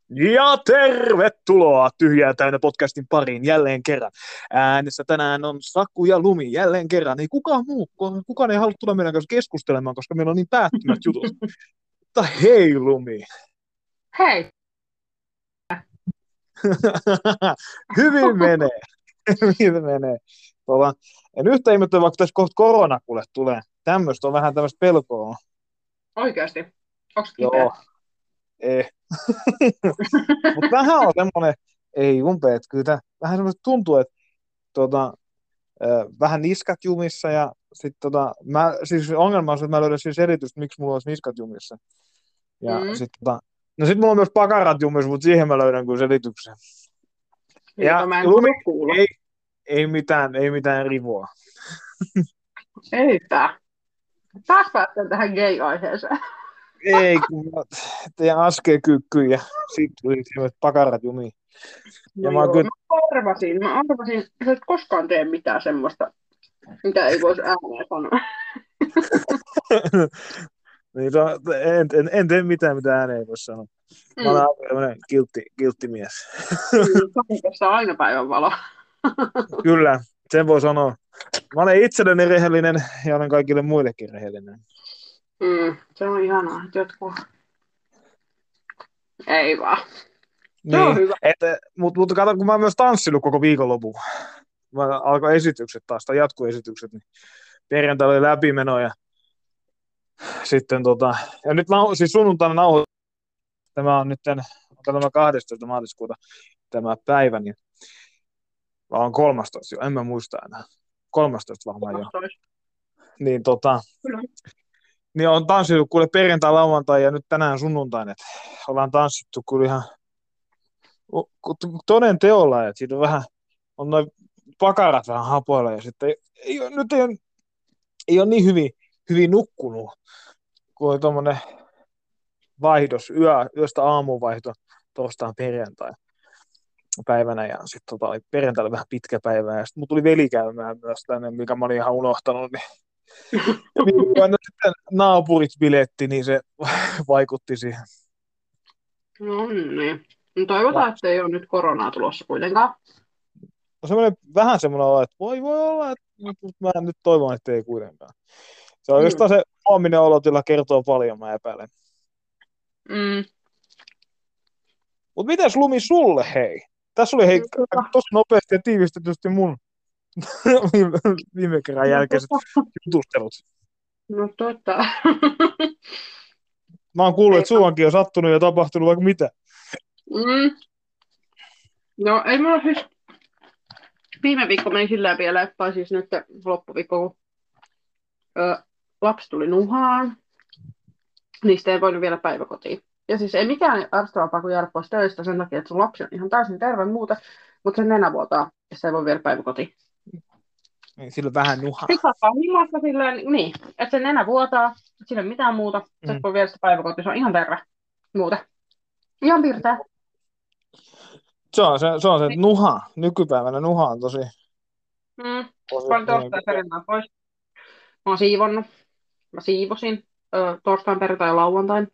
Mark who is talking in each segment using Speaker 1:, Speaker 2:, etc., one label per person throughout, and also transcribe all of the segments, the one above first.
Speaker 1: Ja tervetuloa Tyhjää täynnä podcastin pariin jälleen kerran. Äänessä tänään on Saku ja Lumi jälleen kerran. Ei kukaan muu, kukaan ei halua tulla meidän kanssa keskustelemaan, koska meillä on niin päättymät jutut. Mutta hei Lumi.
Speaker 2: Hei!
Speaker 1: Hyvin menee. Hyvin menee. En yhtä ihmettele, vaikka tässä kohta korona kuule tulee. Tämmöistä on vähän tämmöistä pelkoa.
Speaker 2: Oikeasti. Onko
Speaker 1: Joo,
Speaker 2: kipeä?
Speaker 1: ei. Mutta vähän on semmoinen, ei umpeet, kyllä vähän semmoista tuntuu, että vähän niskat jumissa ja sitten siis ongelma on se, että mä löydän siis selitystä, miksi mulla olisi niskat jumissa. Ja
Speaker 2: Mm.
Speaker 1: sitten no sit mulla on myös pakarat jumissa, mutta siihen mä löydän kyllä selityksen.
Speaker 2: Niinpä
Speaker 1: Ja
Speaker 2: mä en
Speaker 1: Lumi,
Speaker 2: halua kuulla.
Speaker 1: ei mitään rivoa.
Speaker 2: Eipä. Taas päästään tähän gay-aiheeseen.
Speaker 1: Ei, kun mä teidän askel kyykkyyn ja sitten tuli sellaiset pakarat jumiin. Ja
Speaker 2: No
Speaker 1: mä oon
Speaker 2: joo,
Speaker 1: kyllä,
Speaker 2: mä arvasin, että et koskaan tee mitään semmoista, mitä ei voisi ääneen sanoa.
Speaker 1: niin, en tee mitään, mitä ääneen ei voi sanoa. Mä olen
Speaker 2: Mm.
Speaker 1: tämmöinen kiltti mies.
Speaker 2: Tässä on aina päivänvalo.
Speaker 1: Kyllä, sen voi sanoa. Mä olen itselleni rehellinen ja olen kaikille muillekin rehellinen.
Speaker 2: Se on ihanaa, että jotkut... Ei vaan. Se on
Speaker 1: Niin,
Speaker 2: hyvä.
Speaker 1: mutta kato, kun mä oon myös tanssinut koko viikonlopun. Mä alkoi esitykset taas, tai jatkoesitykset, niin perjantai oli läpimeno ja sitten ja nyt siis sunnuntaina nauhoitan, tämä on nyt tämä 12. maaliskuuta tämä päivä, niin mä oon 13 jo, en mä muista enää. 13 varmaan jo. Niin
Speaker 2: Kyllä.
Speaker 1: niin on tanssittu kuule perjantai, lauantai ja nyt tänään sunnuntain, että ollaan tanssittu kyllä ihan toden teolla, että siitä on vähän, on noin pakarat vähän hapoilla ja sitten ei ole niin hyvin nukkunut, kun oli tuommoinen vaihdos, yöstä aamuun vaihto torstain perjantai päivänä ja sitten perjantaina vähän pitkä päivä ja sitten mut tuli veli käymään myös tänne, mikä mä olin ihan unohtanut, niin ja viime sitten naapurit biletti, niin se vaikutti siihen.
Speaker 2: No niin. No
Speaker 1: Ja
Speaker 2: toivotaan, että ei ole nyt koronaa tulossa kuitenkaan.
Speaker 1: vähän semmoinen olo, että voi olla, mutta mä nyt toivon, että ei kuitenkaan. Se
Speaker 2: Mm.
Speaker 1: oikeastaan se huominen olotila kertoo paljon, mä epäilen.
Speaker 2: Mm.
Speaker 1: Mutta mitäs Lumi sulle, hei? Tässä oli hei, tosi nopeasti ja tiivistetysti mun viime kerran jälkeiset jutustelut.
Speaker 2: No
Speaker 1: Mä oon kuullut, että sullakin on sattunut ja tapahtunut vaikka mitä.
Speaker 2: Mm. No ei mulla siis viime viikko meni sillä vielä, tai siis nyt loppuviikko, kun lapsi tuli nuhaan, niistä ei voinut vielä päiväkotiin. Ja siis ei mikään arstavapaa kuin jäädä pois töistä sen takia, että sun lapsi on ihan täysin terve muuta, mutta sen nenä vuotaa, ja se ei voi vielä päiväkotiin.
Speaker 1: Niin, sillä vähän nuhaa.
Speaker 2: Sitten saattaa himasta silleen, niin, että sen nenä vuotaa, sillä ei ole mitään muuta, se voi viedä sitä päiväkotiin, se on ihan terve muuten. Ihan pirteä.
Speaker 1: Se on se nuha. Nykypäivänä nuha on tosi
Speaker 2: Paljon torstai perjantai pois. Mä oon siivonnut. Mä siivosin torstain, perjantai ja lauantain.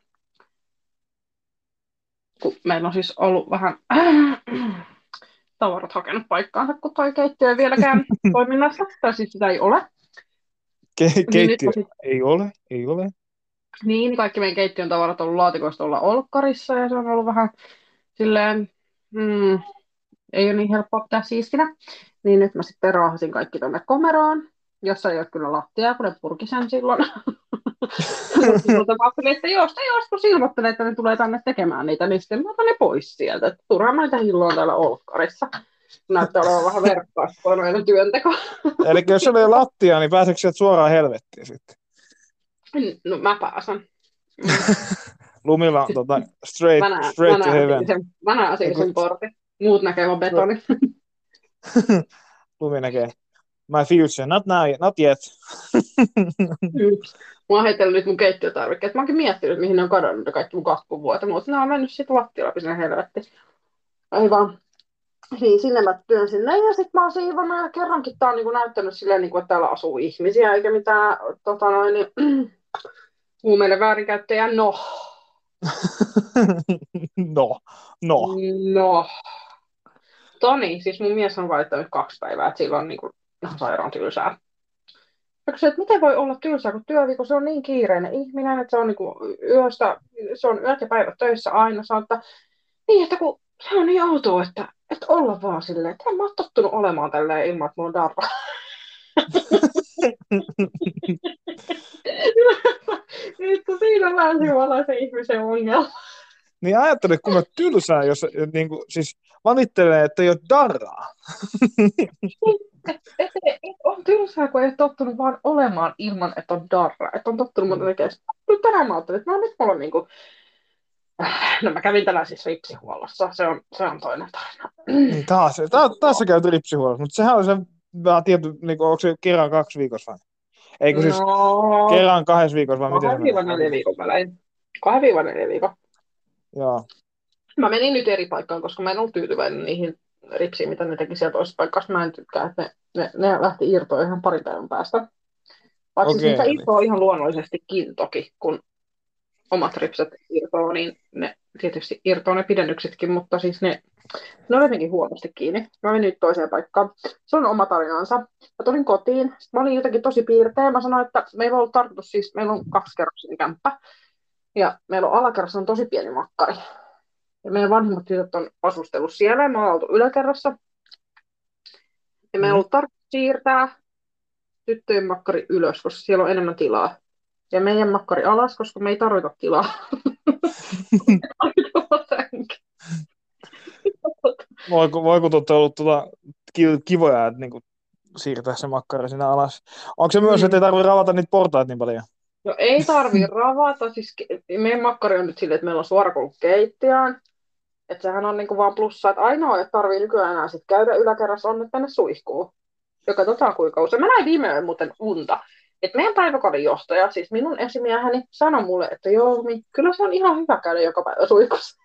Speaker 2: Kun meillä on siis ollut vähän tavarat hakenut paikkaansa, kun toi keittiö ei vieläkään toiminnassa. Tai siis sitä ei ole.
Speaker 1: keittiö ei ole.
Speaker 2: Niin, kaikki meidän keittiön tavarat on ollut laatikoista olla olkkarissa ja se on ollut vähän silleen, ei ole niin helppoa pitää siistinä. Niin nyt mä sitten raahasin kaikki tonne komeroon, jossa ei ole kyllä lattiaa, kun ne purki sen silloin. Mutta mä ajattelin, että jos kun silmoittelee, että ne tulee tänne tekemään niitä, niin sitten mä otan ne pois sieltä. Turhaan mä niitä hilloon täällä olkkarissa. Näyttää olevan vähän verkkauspuolinen työnteko.
Speaker 1: Eli jos ei ole lattia, niin pääseekö sieltä suoraan helvettiin sitten?
Speaker 2: No mä pääsen.
Speaker 1: Lumilla straight to heaven.
Speaker 2: Mä näen sen portin. Muut näkee vaan betoni.
Speaker 1: Lumi näkee. My future, not yet.
Speaker 2: Mä oon heitellyt nyt mun keittiötarvikkeet. Mä oonkin miettinyt, mihin ne on kadonnut kaikki mun kakkuvuotta. Mutta ne on mennyt sitten lattialla sinne helvettiin. Ai vaan. Niin, sinne mä työn sinne ja sit mä oon siivonnut ja kerrankin tää on niinku näyttänyt silleen, niinku, että täällä asuu ihmisiä eikä mitään huumeiden väärinkäyttäjää. No,
Speaker 1: No, no.
Speaker 2: No, Toni, siis mun mies on valittanut 2 päivää, että sillä on niin kuin ihan sairaan tylsää. Mä kysyin, että miten voi olla tylsää, kun työviikko se on niin kiireinen ihminen, että se on, niin kuin se on yöt ja päivät töissä aina. Sanoo, että niin, että kun se on niin outoa, että olla vaan silleen, että en mä ole tottunut olemaan tälleen ilman, että mulla on darra. Että siinä on länsimaalaisen ihmisen ongelma.
Speaker 1: Niin ajattelin, kun mä tylsää, jos niin kuin, siis valittelee, että ei ole daraa.
Speaker 2: On tylsää, kun ei ole tottunut vaan olemaan ilman, että on darra. Että on tottunut muuta tekemään. Nyt tänään mä ajattelin, että no nyt mulla on niinku... No mä kävin tänään siis ripsihuollossa. Se on toinen tarina.
Speaker 1: Niin taas sä käyt ripsihuollossa, mutta sehän on se vähän tietty, niin kuin, onko se kerran 2 viikossa vai? Eikö siis
Speaker 2: No,
Speaker 1: kerran 2 viikossa vai miten se
Speaker 2: 2-4 viikon välein. 2-4 viikon.
Speaker 1: Joo.
Speaker 2: Mä menin nyt eri paikkaan, koska mä en ollut tyytyväinen niihin ripsiin, mitä ne teki siellä toisessa paikassa. Mä en tykkää, että ne lähti irtoa ihan parin päivän päästä. Vaikka siis niitä irtoaa ihan luonnollisestikin toki, kun omat ripset irtoaa, niin ne tietysti irtoaa ne pidennyksetkin, mutta siis ne on jotenkin huonosti kiinni. Mä menin nyt toiseen paikkaan. Se on oma tarinansa. Mä tulin kotiin. Sitten mä olin jotenkin tosi piirteä. Mä sanoin, että meillä on ollut tarkoitus siis, meillä on 2-kerroksinen kämppä. Ja meillä on alakerrassa on tosi pieni makkari. Ja meidän vanhimmat tytöt on asustellut siellä ja me ollaan oltu yläkerrassa. Ja meillä on ollut tarkoitus siirtää tyttöjen makkari ylös, koska siellä on enemmän tilaa. Ja meidän makkari alas, koska me ei tarvita tilaa.
Speaker 1: Voiko olla kivoja, että niinku siirtää se makkari sinne alas? Onko se myös, että ei tarvitse ravata niitä portaita niin paljon?
Speaker 2: No ei tarvii ravata. Siis meidän makkari on nyt silleen, että meillä on suorakulku keittiöön. Että sehän on niinku vaan plussa, että ainoa, että tarvii nykyään enää sit käydä yläkerrassa on, että mennä suihkuun. Ja katsotaan kuinka usein. Mä näin viime yön muuten unta. Että meidän päiväkodin johtaja, siis minun esimieheni, sanoi mulle, että joo, niin kyllä se on ihan hyvä käydä joka päivä suihkussa.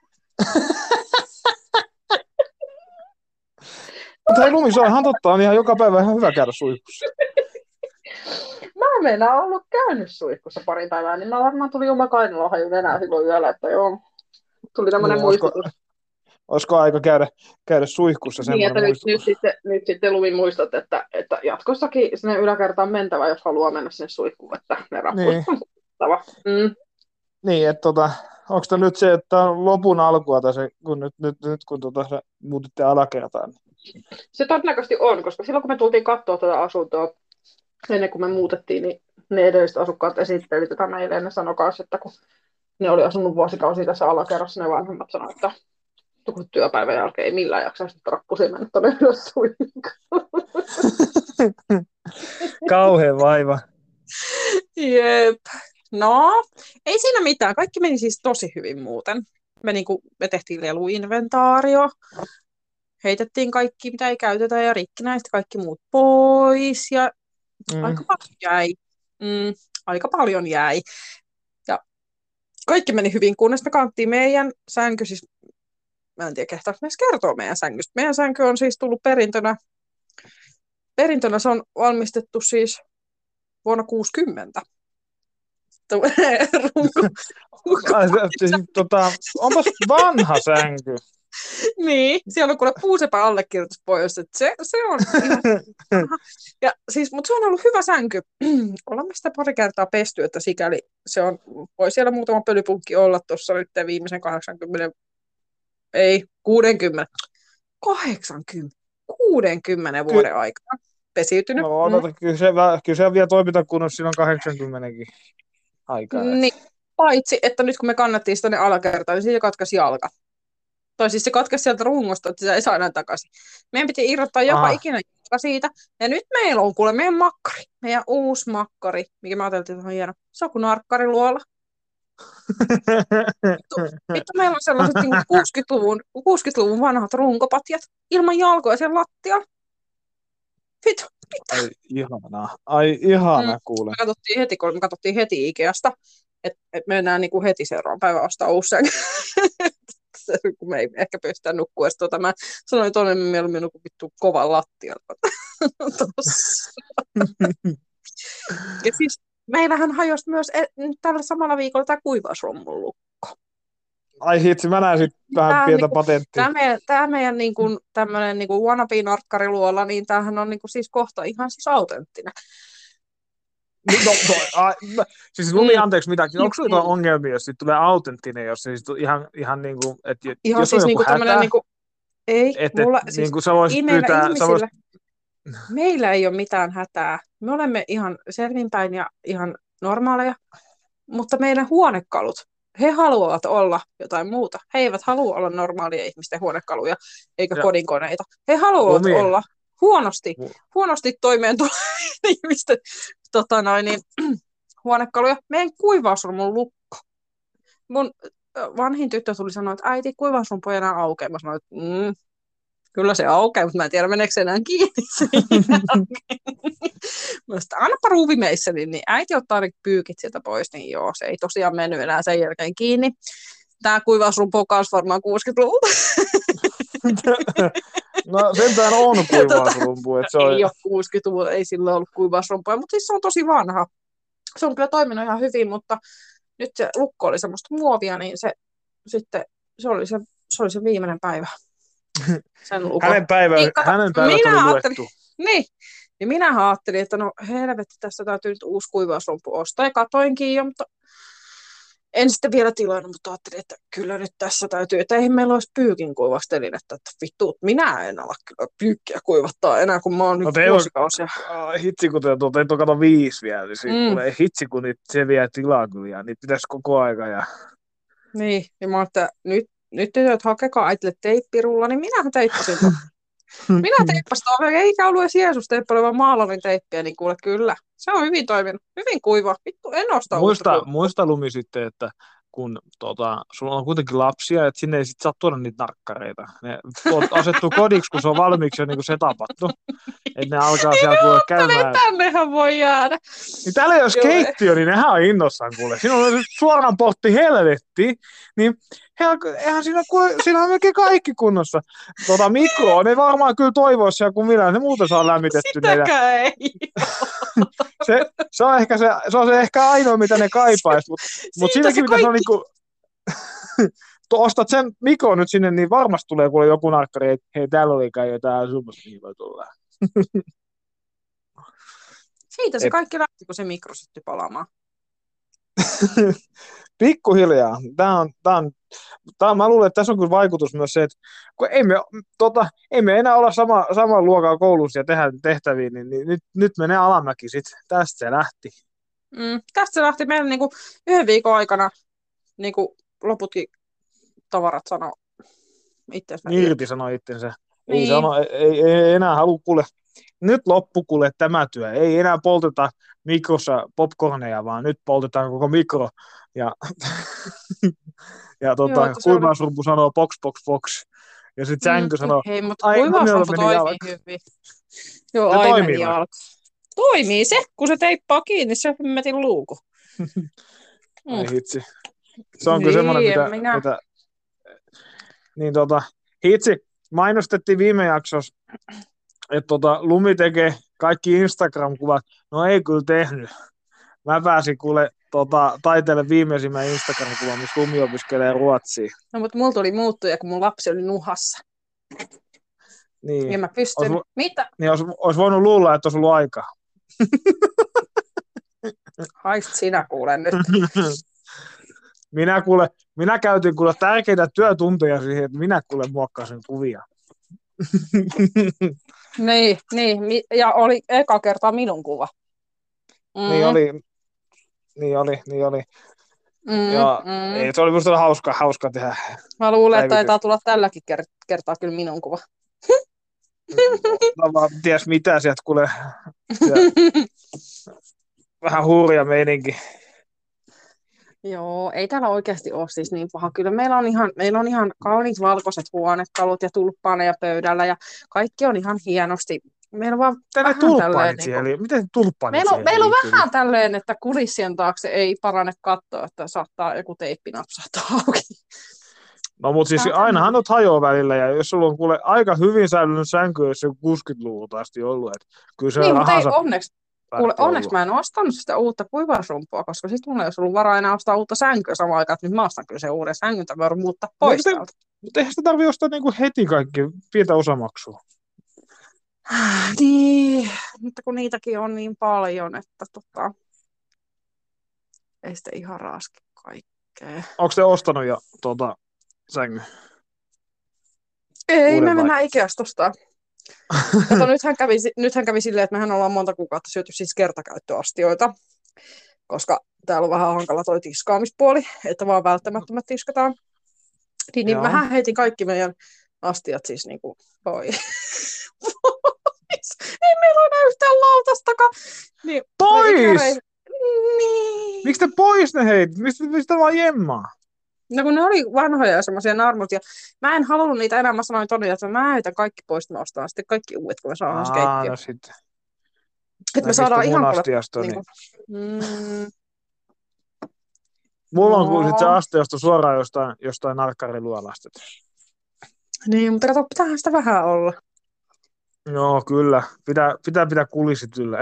Speaker 1: Mutta hei Lumi, se on ihan totta, on ihan joka päivä ihan hyvä käydä suihkussa.
Speaker 2: Mä en meinaa ollut käynyt suihkussa pari päivää, niin mä varmaan tuli oma kainalohaju enää silloin yöllä, että joo, tuli tämmöinen niin, muistutus.
Speaker 1: Olisiko aika käydä suihkussa semmoinen
Speaker 2: niin,
Speaker 1: muistutus?
Speaker 2: Nyt sitten Lumi muistat, että jatkossakin sinne yläkertaan mentävä, jos haluaa mennä sinne suihkuun, että ne rappuset on kuttava.
Speaker 1: Niin, että onko tämä nyt se, että on lopun alkua, tai se, kun nyt kun sä muutitte alakertaan?
Speaker 2: Se todennäköisesti on, koska silloin kun me tultiin katsoa tätä asuntoa, ennen kuin me muutettiin, niin ne edelliset asukkaat esitteli tätä meille, ja ne sanoi kanssa, että kun ne oli asunut vuosikausia tässä alakerrassa, ne vanhemmat sanoivat, että työpäivän jälkeen ei millään jaksaisi nyt rappusia mennä tuonne ylös suihkuun.
Speaker 1: Kauhean vaiva.
Speaker 3: Jep. No, ei siinä mitään. Kaikki meni siis tosi hyvin muuten. Me tehtiin leluinventaario, heitettiin kaikki, mitä ei käytetä, ja rikkinäistä kaikki muut pois, ja aika paljon jäi. Ja kaikki meni hyvin, kunnes me kanttiin meidän sänky, siis mä en tiedä, kehtaako edes kertoa meidän sängystä. Meidän sänky on siis tullut perintönä. Perintönä se on valmistettu siis vuonna 60.
Speaker 1: Onpas vanha sänky.
Speaker 3: Niin, siellä on kuule puusepä allekirjoitus pois, että se on ja siis, mutta se on ollut hyvä sänky. Olemme sitä pari kertaa pesty, että sikäli se on, voi siellä muutama pölypunkki olla tuossa nyt viimeisen 60 vuoden aikana pesiytynyt.
Speaker 1: No, kyllä se vielä toimita kunnossa silloin 80-kin aikaa.
Speaker 3: Niin, paitsi, että nyt kun me kannattiin sitä alakertaan, niin siitä katkaisi jalka. Tai siis se katkesi sieltä rungosta, että se ei saa enää takaisin. Meidän piti irrottaa joka ikinä jalka siitä. Ja nyt meillä on kuule meidän makkari. Meidän uusi makkari, mikä mä ajattelin, että on hieno. Se on kuin narkkariluola. Vittu, meillä on sellaiset niin 60-luvun vanhat runkopatjat ilman jalkoja sen lattialla. Vittu, mitä?
Speaker 1: Ai ihana kuule.
Speaker 3: Me katsottiin heti Ikeasta, että mennään niin kuin heti seuraavan päivän ostaa uusi sänky. Kun me ei ehkä pystytä nukkua. Mä sanoin tuonne, että mieluummin nukkuu vittu kovan lattialla. Ja siis meillähän hajosi myös tällä samalla viikolla tämä kuivausrommun lukko.
Speaker 1: Ai hitsi, mä näen sit vähän pientä
Speaker 3: Niinku,
Speaker 1: patenttia.
Speaker 3: tämä meidän niinku, tämmöinen niinku wannabe-narkkariluola, niin tämähän on niinku siis kohta ihan siis autenttinen.
Speaker 1: Siis Lumi, anteeksi mitäkin, onko sulla ongelmia, jos siitä tulee autenttinen, jos se siis ihan niinku, että
Speaker 3: ihan
Speaker 1: jos
Speaker 3: siis
Speaker 1: on
Speaker 3: niinku
Speaker 1: joku
Speaker 3: tämmöinen
Speaker 1: hätä,
Speaker 3: niinku, ei, mulla siis
Speaker 1: niinku sä voisit
Speaker 3: meillä
Speaker 1: pyytää,
Speaker 3: ihmisillä, meillä ei ole mitään hätää. Me olemme ihan selvinpäin ja ihan normaaleja, mutta meidän huonekalut, he haluavat olla jotain muuta. He eivät halua olla normaalia ihmisten huonekaluja eikä kodinkoneita. He haluavat olla huonosti toimeentulevien ihmisten huonekaluja. Meidän kuivausruumu on lukko. Mun vanhin tyttö tuli sanoa, että äiti, kuivausrumpu ei enää aukea. Mä sanoin, että kyllä se aukeaa, mutta mä en tiedä, meneekö se enää kiinni. Mä sanoin, annapa ruuvimeisseli, niin äiti ottaa ne pyykit sieltä pois, niin joo, se ei tosiaan mennyt enää sen jälkeen kiinni. Tää kuivausrumpu on kanssa varmaan 60-luvulta.
Speaker 1: No sentään on kuivausrumpu.
Speaker 3: Ei ole 60-luvulla, ei silloin ollut kuivausrumpua, mutta siis se on tosi vanha. Se on kyllä toiminut ihan hyvin, mutta nyt se lukko oli semmoista muovia, niin se oli se viimeinen päivä. Sen
Speaker 1: hänen päivänsä oli luettu.
Speaker 3: Niin minä ajattelin, että no helvetti, tässä täytyy nyt uusi kuivausrumpu ostaa. Ja katoinkin jo, mutta en sitten vielä tilannut, mutta ajattelin, että kyllä nyt tässä täytyy, että eihän meillä olisi pyykin kuivastelinettä, että vittu, minä en ala kyllä pyykkiä kuivattaa enää, kun mä oon nyt vuosikausia.
Speaker 1: Hitsi, kun te et ole kato 5 vielä, niin tulee hitsi, kun se vie tilaa kyllä, ja niitä pitäisi koko aika. Ja...
Speaker 3: Niin, ja mä että nyt tytöt hakekaa äitille teippirulla, niin minähän teippasin tuon. Minä teippasin tuon, eikä ollut edes Jeesus-teippailua, vaan maalarin teippiä, niin kuule kyllä. Se on hyvin toiminut, hyvin kuiva. Vittu, en osta
Speaker 1: muista Lumi sitten, että kun sulla on kuitenkin lapsia, että sinne ei sit saa tuoda niitä narkkareita. Ne asettuu kodiksi, kun se on valmiiksi jo niin setapattu. Että ne alkaa siellä käymään.
Speaker 3: Tännehän voi jäädä.
Speaker 1: Niin täällä jos keittiö, niin nehän on innossaan kuule. Siinä on suoraan portti helvettiin, niin eihän siinä on melkein kaikki kunnossa. Mikroa ne varmaan kyllä toivoisi siellä, kun minä ne muuten saa lämmitetty.
Speaker 3: Sitäkään ei.
Speaker 1: Se on se ehkä ainoa, mitä ne kaipaisi, mutta siinäkin pitäisi olla niinku, ostat sen mikron nyt sinne, niin varmasti tulee kuule joku narkkari, että hei, täällä olikaan jotain summasta, mihin voi tulla.
Speaker 3: Siitä se kaikki lähti, kun se mikro syttyi palaamaan.
Speaker 1: Pikkuhiljaa. Mä luulen, että tässä on kyllä vaikutus myös se, että kun ei me enää olla saman luokan koulussa ja tehdä tehtäviä, niin nyt menee alamäki sitten. Tästä se lähti.
Speaker 3: Tästä se lähti meillä niinku 1 viikon aikana niinku loputkin tavarat sanoo itsensä.
Speaker 1: Irti sanoi itsensä.
Speaker 3: Niin.
Speaker 1: Ei enää halua kuule. Nyt loppu kuule tämä työ. Ei enää polteta mikrossa popcorneja, vaan nyt poltetaan koko mikro. Ja kuivausrumpu sanoo box. Ja sitten sänky sanoo...
Speaker 3: Hei, mutta kuivausrumpu toimii hyvin. Joo, toimii toimii se, kun se teippaa kiinni, se hymmetin luuku.
Speaker 1: Ai hitsi. Se on kyllä semmoinen, mitä... Niin hitsi, mainostettiin viime jaksossa, että Lumi tekee kaikki Instagram-kuvat. No ei kyllä tehnyt. Mä pääsin kuule taiteelle viimeisimmän Instagram-kuvan, missä Lumi opiskelee ruotsia.
Speaker 3: No mutta mulla tuli muuttuja, kun mun lapsi oli nuhassa.
Speaker 1: Niin.
Speaker 3: Ja mä pystyn. Mitä?
Speaker 1: Niin olisi voinut luulla, että olisi ollut aikaa.
Speaker 3: Haist sinä kuule nyt.
Speaker 1: Minä käytin kuule tärkeitä työtunteja siihen, että minä kuule muokkasin kuvia.
Speaker 3: Niin, ja oli eka kerta minun kuva.
Speaker 1: Niin oli. Ei, se oli minusta hauska tehdä.
Speaker 3: Mä luulen, että taitaa tulla tälläkin kertaa kyllä minun kuva.
Speaker 1: No vaan ties mitä sieltä kuule. Vähän hurja meininki.
Speaker 3: Joo, ei täällä oikeasti ole siis niin paha. Kyllä meillä on ihan kauniit valkoiset huonekalut ja tulppaaneja pöydällä ja kaikki on ihan hienosti. Meillä on vaan vähän tälleen.
Speaker 1: Miten tulppaanit
Speaker 3: meillä on vähän tälleen, että kulissien taakse ei parane katsoa, että saattaa joku teippi napsahtaa auki.
Speaker 1: No mutta siis ainahan on hajoa välillä ja jos sulla on kuule aika hyvin säilynyt sänky, jos se on 60-luvulta asti ollut. Että kyllä se
Speaker 3: niin,
Speaker 1: rahansa...
Speaker 3: mutta Kuule,
Speaker 1: päätti
Speaker 3: onneksi
Speaker 1: olla.
Speaker 3: mä en ostanut sitä uutta kuivausrumpua, koska sitten mulla ei olisi ollut varaa enää ostaa uutta sänkyä samaan aikaan, että nyt mä ostan kyllä sen uuden sängyn, tai voin muuttaa pois täältä.
Speaker 1: Mutta eihän sitä tarvitse ostaa niinku heti kaikki, pientä osamaksua.
Speaker 3: Niin, mutta kun niitäkin on niin paljon, että ei sitä ihan raski kaikkea.
Speaker 1: Onko te ostanut jo sängyn?
Speaker 3: Ei,
Speaker 1: Uuden
Speaker 3: me
Speaker 1: vai?
Speaker 3: mennään Ikeasta ostaa. Kato, nythän kävi silleen, että mehän ollaan monta kuukautta syöty siis kertakäyttöastioita, koska täällä on vähän hankala toi tiskaamispuoli, että vaan välttämättömät tiskataan. Niin
Speaker 1: Joo.
Speaker 3: mähän heitin kaikki meidän astiat siis niinku pois. Ei meillä ole enää yhtään lautastakaan. Niin,
Speaker 1: Pois!
Speaker 3: Niin.
Speaker 1: Miksi te pois ne heit? Mistä vaan jemmaa?
Speaker 3: No kun ne oli vanhoja ja semmoisia narmusia. Mä en halunnut niitä enää. Mä sanoin Tonille, että mä heitän kaikki pois, että mä ostan sitten kaikki uudet, kun me saadaan se keittiö.
Speaker 1: No sitten.
Speaker 3: Että me saadaan ihan
Speaker 1: astiasta,
Speaker 3: niinku,
Speaker 1: Mulla on
Speaker 3: No.
Speaker 1: kuullut se astiasta suoraan jostain narkkariluolasta.
Speaker 3: Niin, mutta kato, pitäähän sitä vähän olla.
Speaker 1: Joo, kyllä. Pitää kulisit yllä.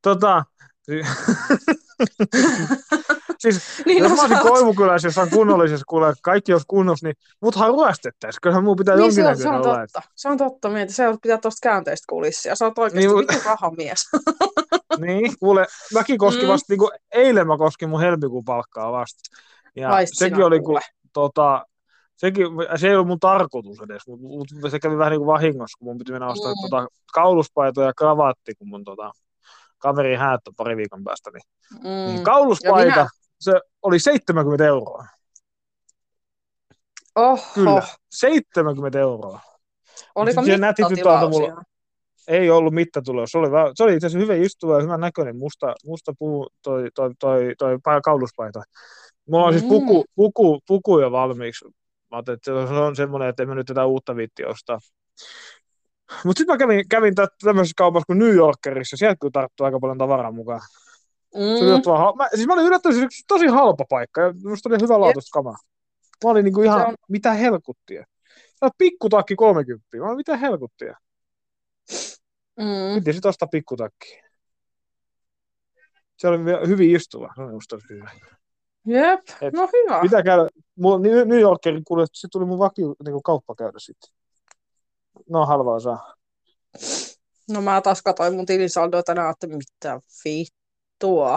Speaker 1: Siis
Speaker 3: Niin,
Speaker 1: jos
Speaker 3: no
Speaker 1: mä olisin
Speaker 3: sä oot-
Speaker 1: Koivukylässä jossain kunnollisessa, kuule, kaikki olisi kunnossa, niin muthan ryöstettäisiin. Kyllähän mun pitää
Speaker 3: Niin, se
Speaker 1: jonkinnäköinen
Speaker 3: on
Speaker 1: olla.
Speaker 3: totta. Se on totta. Mieti, se pitää tuosta käänteistä kulissia. Sä oot oikeasti
Speaker 1: Niin,
Speaker 3: vitun rahamies.
Speaker 1: Niin, kuule, mäkin koskin vasta, niin kuin eilen mä koskin mun helmikuun palkkaa vasta. Ja
Speaker 3: Haist
Speaker 1: sekin
Speaker 3: sinä
Speaker 1: oli,
Speaker 3: kuule.
Speaker 1: se ei ollut mun tarkoitus edes, mutta se kävi vähän niin kuin vahingossa, kun mun piti mennä ostaa kauluspaitoja ja kravatti, kun mun kaverin häät on pari viikon päästä. Niin kauluspaita, se oli 70 €.
Speaker 3: Oho.
Speaker 1: Kyllä, 70 €.
Speaker 3: Oliko
Speaker 1: Sitten se näti tyttö antoi
Speaker 3: mittatilaus
Speaker 1: mulle-
Speaker 3: ihan?
Speaker 1: Ei ollut mittatulos. Se oli itse asiassa hyvin istuva ja hyvän näköinen musta puu, toi kauluspaita. Mulla on siis puku jo valmiiksi. Mä ajattelin, että se on semmoinen, että en mä nyt tätä uutta viittiä ostaa. Mutta sitten mä kävin tämmöisessä kaupassa kuin New Yorkerissa. Sieltä kyllä tarttuu aika paljon tavaraa mukaan. Se oli mä olin yllättänyt, se oli tosi halpa paikka. Ja musta oli hyvä laatuista kamaa. Mä olin niinku ihan, mitä helkuttia. Sä oot pikkutakki 30. Mä olin, mitä helkuttia. Piti sit ostaa pikkutakki. Se oli hyvin istuva. Se oli musta hyvä.
Speaker 3: Jep, no hyvä.
Speaker 1: Pitää käydä. Mulla New Yorkerin kuule, se tuli mun vakio niin kauppa käydä sitten. No halvaa saa.
Speaker 3: No mä taas katsoin mun tilisaldoa tänään, että mitä vittua.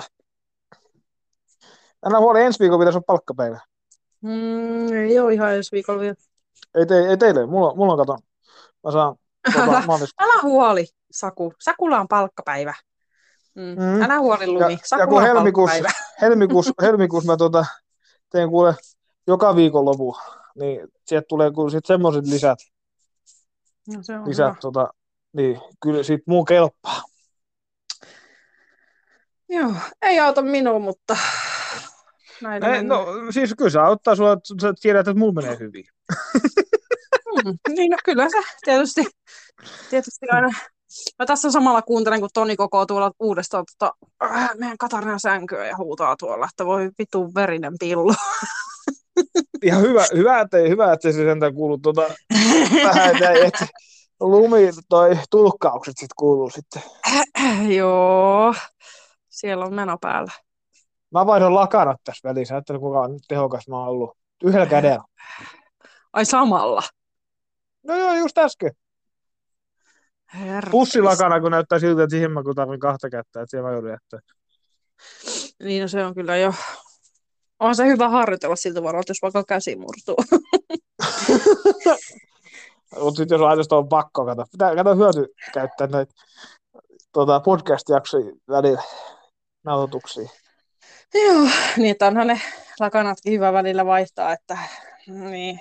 Speaker 1: Älä huoli, ensi viikolla pitäisi olla palkkapäivä.
Speaker 3: Ei ole ihan ensi viikolla vielä.
Speaker 1: Ei teille, mulla on kato. Mä saan
Speaker 3: Älä huoli, Saku. Sakulla on palkkapäivä. Älä huoli, Lumi. Sakulla on palkkapäivä.
Speaker 1: Helmikuussa mä teen kuule joka viikonloppu. Niin sieltä tulee sit semmoiset lisät.
Speaker 3: No se on
Speaker 1: lisät
Speaker 3: hyvä.
Speaker 1: niin kyllä sit muu kelpaa.
Speaker 3: Joo, ei auta minua, mutta näin on.
Speaker 1: No siis kyllä se auttaa sua, että sä tiedät, että mulla menee hyvin.
Speaker 3: Niin, no kyllä se tietysti aina. Mä tässä samalla kuuntelen, kun Toni kokoo tuolla uudestaan meidän Katarinan sänkyä ja huutaa tuolla, että voi vitun verinen pillu.
Speaker 1: Ihan hyvä, että se sentään kuuluu vähän näin, että Lumi toi tulkkaukset sit kuuluu sitten.
Speaker 3: Joo, siellä on meno päällä.
Speaker 1: Mä vaihdoin lakanat tässä välissä, ajattelin kuinka tehokas mä oon ollut. Yhdellä kädellä.
Speaker 3: Ai samalla?
Speaker 1: No joo, just äsken. Pussilakana, kun näyttää siltä, että siihen mä kun tarvin kahta kättä, että siellä mä joudun jättää.
Speaker 3: Niin, no se on kyllä jo. On se hyvä harjoitella siltä varalta, jos vaikka käsi murtuu.
Speaker 1: Mutta sitten jos aina on pakko, kato hyöty käyttää näitä podcast-jaksoja välillä nauhoituksia.
Speaker 3: Joo, niin että onhan ne lakanatkin hyvä välillä vaihtaa, että niin.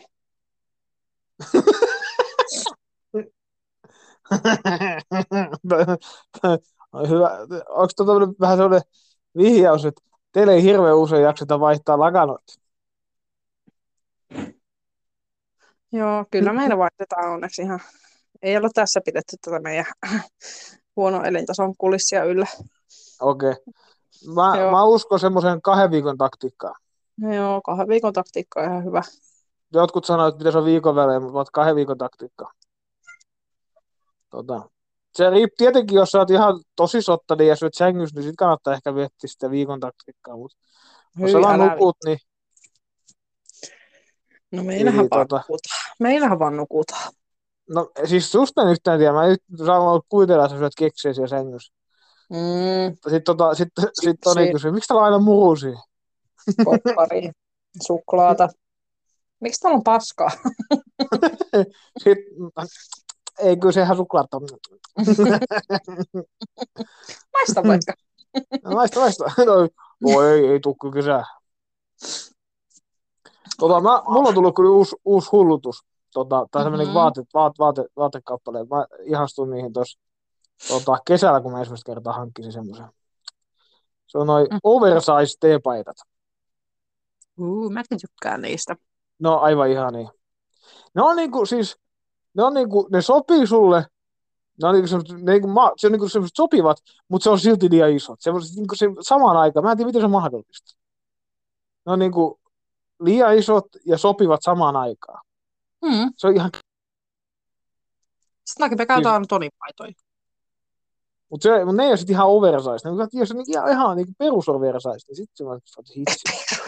Speaker 1: Hyvä. Onko vähän sellainen vihjaus, että teille ei hirveän usein jakseta vaihtaa lakanoita?
Speaker 3: Joo, kyllä meillä vaihdetaan onneksi ihan. Ei ole tässä pidetty tätä meidän huono elintason kulissia yllä.
Speaker 1: Okei. Mä uskon semmoisen 2 viikon taktiikkaan.
Speaker 3: Joo, 2 viikon taktiikka on ihan hyvä.
Speaker 1: Jotkut sanoo, että pitäisi olla viikon välein, mutta 2 viikon taktiikkaa. Se riippuu tietenkin, jos sä oot ihan tosi sottani ja syöt sängyssä, niin sit kannattaa ehkä miettiä sitä viikon taktiikkaa, mutta jos sä
Speaker 3: Hyi,
Speaker 1: vaan
Speaker 3: älä
Speaker 1: nukut, niin,
Speaker 3: No
Speaker 1: niin,
Speaker 3: meillähän
Speaker 1: niin
Speaker 3: vaan nukutaan. Meillähän vaan nukutaan.
Speaker 1: no siis susta en yhtään tiedä, mä nyt saan kuvitella, että sä syöt keksiä siellä sängyssä.
Speaker 3: Mm,
Speaker 1: Sitten Toni
Speaker 3: chipsi,
Speaker 1: kysyy, miksi täällä on aina murusia?
Speaker 3: poppari, suklaata. Miksi täällä on paskaa?
Speaker 1: Sitten, ei kyllä sehän suklaata on.
Speaker 3: Maista vaikka.
Speaker 1: Maista. No ei tuu kyllä kysää. Mulla on tullut kyllä uusi hullutus. Tai semmoinen vaatekappale. Mä ihastuin niihin tuossa kesällä, kun mä ensimmäistä kertaa hankkisin semmoisen. Se on noin oversize teepaidat.
Speaker 3: Mäkin tykkään niistä.
Speaker 1: No aivan ihania. Ne on niinku siis, ne sopii sulle. Ne on se on niinku semmoiset sopivat, mutta se on silti liian isot. Semmoiset niinku se samaan aikaan. Mä en tiedä, miten se on mahdollista. Ne on niinku liian isot ja sopivat samaan aikaan. Se on ihan.
Speaker 3: Sitten mäkin me käytetään aina tonipaitoja.
Speaker 1: Mutta ne ei ole sitten ihan oversize. Jos on ihan niinku perusoversize, niin sitten se on hitsi.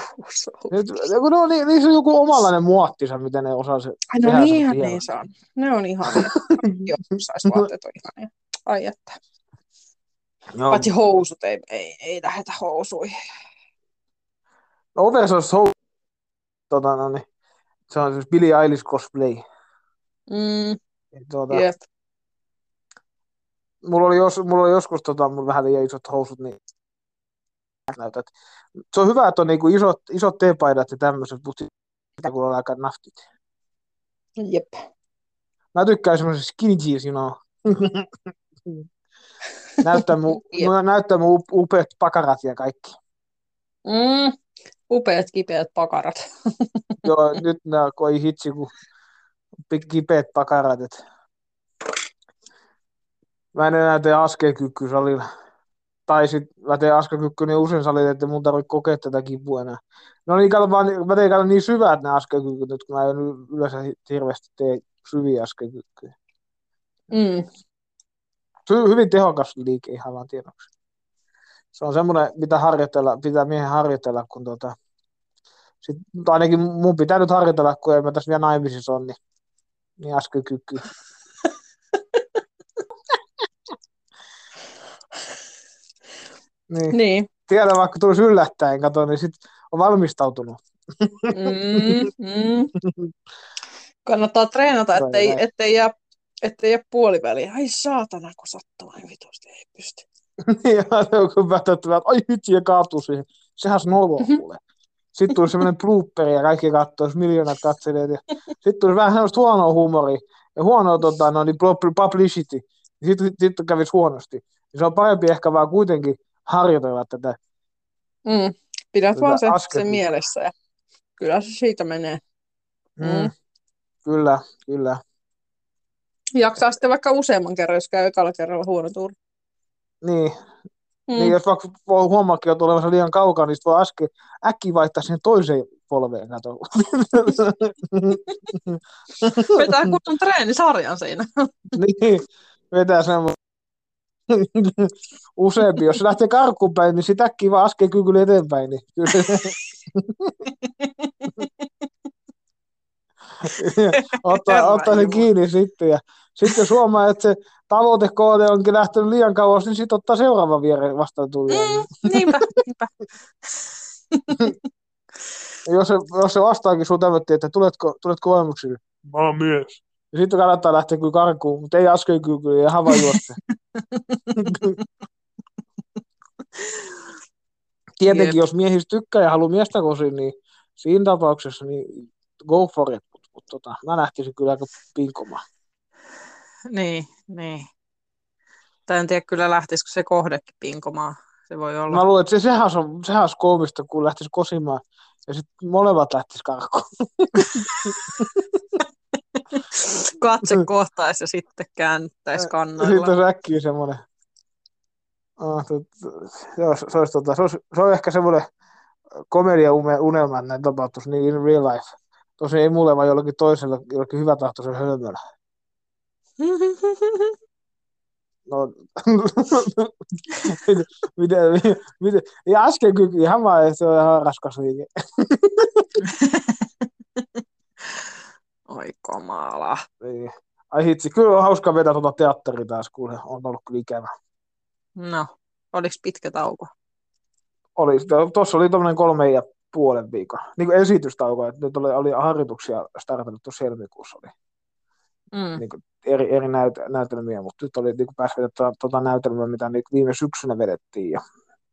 Speaker 1: Niin se on joku omanlainen muottinsa, miten ne osaa se
Speaker 3: Ai no
Speaker 1: tehdä
Speaker 3: niinhän
Speaker 1: semmoista
Speaker 3: niissä on. Ne on ihania. Oversize-vaatteet on ihania. Ai että.
Speaker 1: Joo.
Speaker 3: Paitsi housut, ei lähetä housuihin.
Speaker 1: No, oversize housut, niin, se on siis Billie Eilish cosplay.
Speaker 3: Jep.
Speaker 1: Mulla oli joskus mulla vähän liian isot housut, niin näytät. Se on hyvä, että on niinku isot teepaidat ja tämmöiset, mutta sitä kun on aika naftit.
Speaker 3: Jep.
Speaker 1: Mä tykkään semmoisesta skinny jeans, you know. näyttää mun upeat pakarat ja kaikki.
Speaker 3: Upeat kipeät pakarat.
Speaker 1: Joo, nyt nää koi hitsi, kun kipeät pakarat. Mä en enää tee askelkyykkyä salilla. Tai sit mä teen askelkyykkyä niin usein salilla, että mun tarvitse kokea tätä kipua enää. No niin, mä teen niin syvät ne askelkyykkyt nyt, kun mä en yleensä hirveästi tee syviä askelkyykkyjä. Hyvin tehokas liike ihan vaan tiedoksi. Se on semmoinen, mitä pitää miehen harjoitella, kun ainakin mun pitää nyt harjoitella, kun ei mä tässä vielä naimisissa on, niin askelkyykkyä. Niin. Tiedän, vaikka tulisi yllättäen, niin sit on valmistautunut.
Speaker 3: Kannattaa treenata, ettei jää puoliväliä. Ai saatana, kun sattuu vain vitusti, ei pysty.
Speaker 1: Ja joku vätöttävä, että ai hitsi ja kaatuu siihen. Sehän on noloa kuule. Sitten tuli semmoinen blooperi ja kaikki katsoisi, miljoonat katselijat. Sitten tuli vähän semmoista huonoa huumoria ja huonoa publicity. Sitten kävisi huonosti. Ja se on parempi ehkä vaan kuitenkin harjoitella tätä.
Speaker 3: Pidät vaan sen mielessä ja kyllä se siitä menee.
Speaker 1: Kyllä.
Speaker 3: Jaksaa sitten vaikka useamman kerran, jos käy ekalla kerralla huono tuuri.
Speaker 1: Niin, jos vaikka voi huomaakin jo tulevansa liian kaukaa, niin voi äkkiä vaihtaa sen toiseen polveen.
Speaker 3: Vetää kunnon treenisarjan siinä.
Speaker 1: Niin, vetää semmoinen. Useampi. Jos se lähtee karkuun päin, niin sitä äkkiä vaan askelkykyllä eteenpäin. Niin ottaa sen kiinni sitten. Ja sitten jos huomaa, että se tavoitekohde onkin lähtenyt liian kauas, niin sitten ottaa seuraavan viereen vastaan tulijaan.
Speaker 3: Niinpä.
Speaker 1: Jos se vastaakin sun tämmöttiin, että tuletko valmiiksi? Mä oon mies. Ja sitten kannattaa lähteä kyllä karkuun, mutta ei askelkykyä ja ihan vaan juosta. Tietenkin, jos miehistä tykkää ja haluaa miestä kosin, niin siinä tapauksessa niin go for it. Mutta mä lähtisin kyllä aika pinkomaan.
Speaker 3: Niin. Tai en tiedä kyllä lähtisikö se kohdekin pinkomaan. Se voi olla.
Speaker 1: Mä luulen, että sehän olisi koomista, kun lähtisi kosimaan ja sitten molemmat lähtis karkuun.
Speaker 3: Katse kohtaisi ja sitten kääntäisi kannoilla.
Speaker 1: Sitten olisi äkkiä semmoinen. Se on ehkä semmoinen komedia-unelma, että näin tapahtuisi niin in real life. Tosin ei mulle, vaan jollekin toiselle, jollekin hyvätahtoiselle hölmöllä. No, miten, ja äsken kyllä ihan vaan, että se on ihan raskas liike.
Speaker 3: Oi kamala.
Speaker 1: Niin. Ai hitsi, kyllä on hauska vetää tuota teatteri taas, kun on ollut kyllä ikävä.
Speaker 3: No, oliko pitkä tauko?
Speaker 1: Tuossa oli tuommoinen 3,5 viikon niin kuin esitystauko, että nyt oli harjoituksia startannut tuossa helmikuussa. Oli niin kuin eri näytelmiä, mutta nyt oli niin kuin pääsi vedettämään tuota näytelmää, mitä niin viime syksynä vedettiin. Ja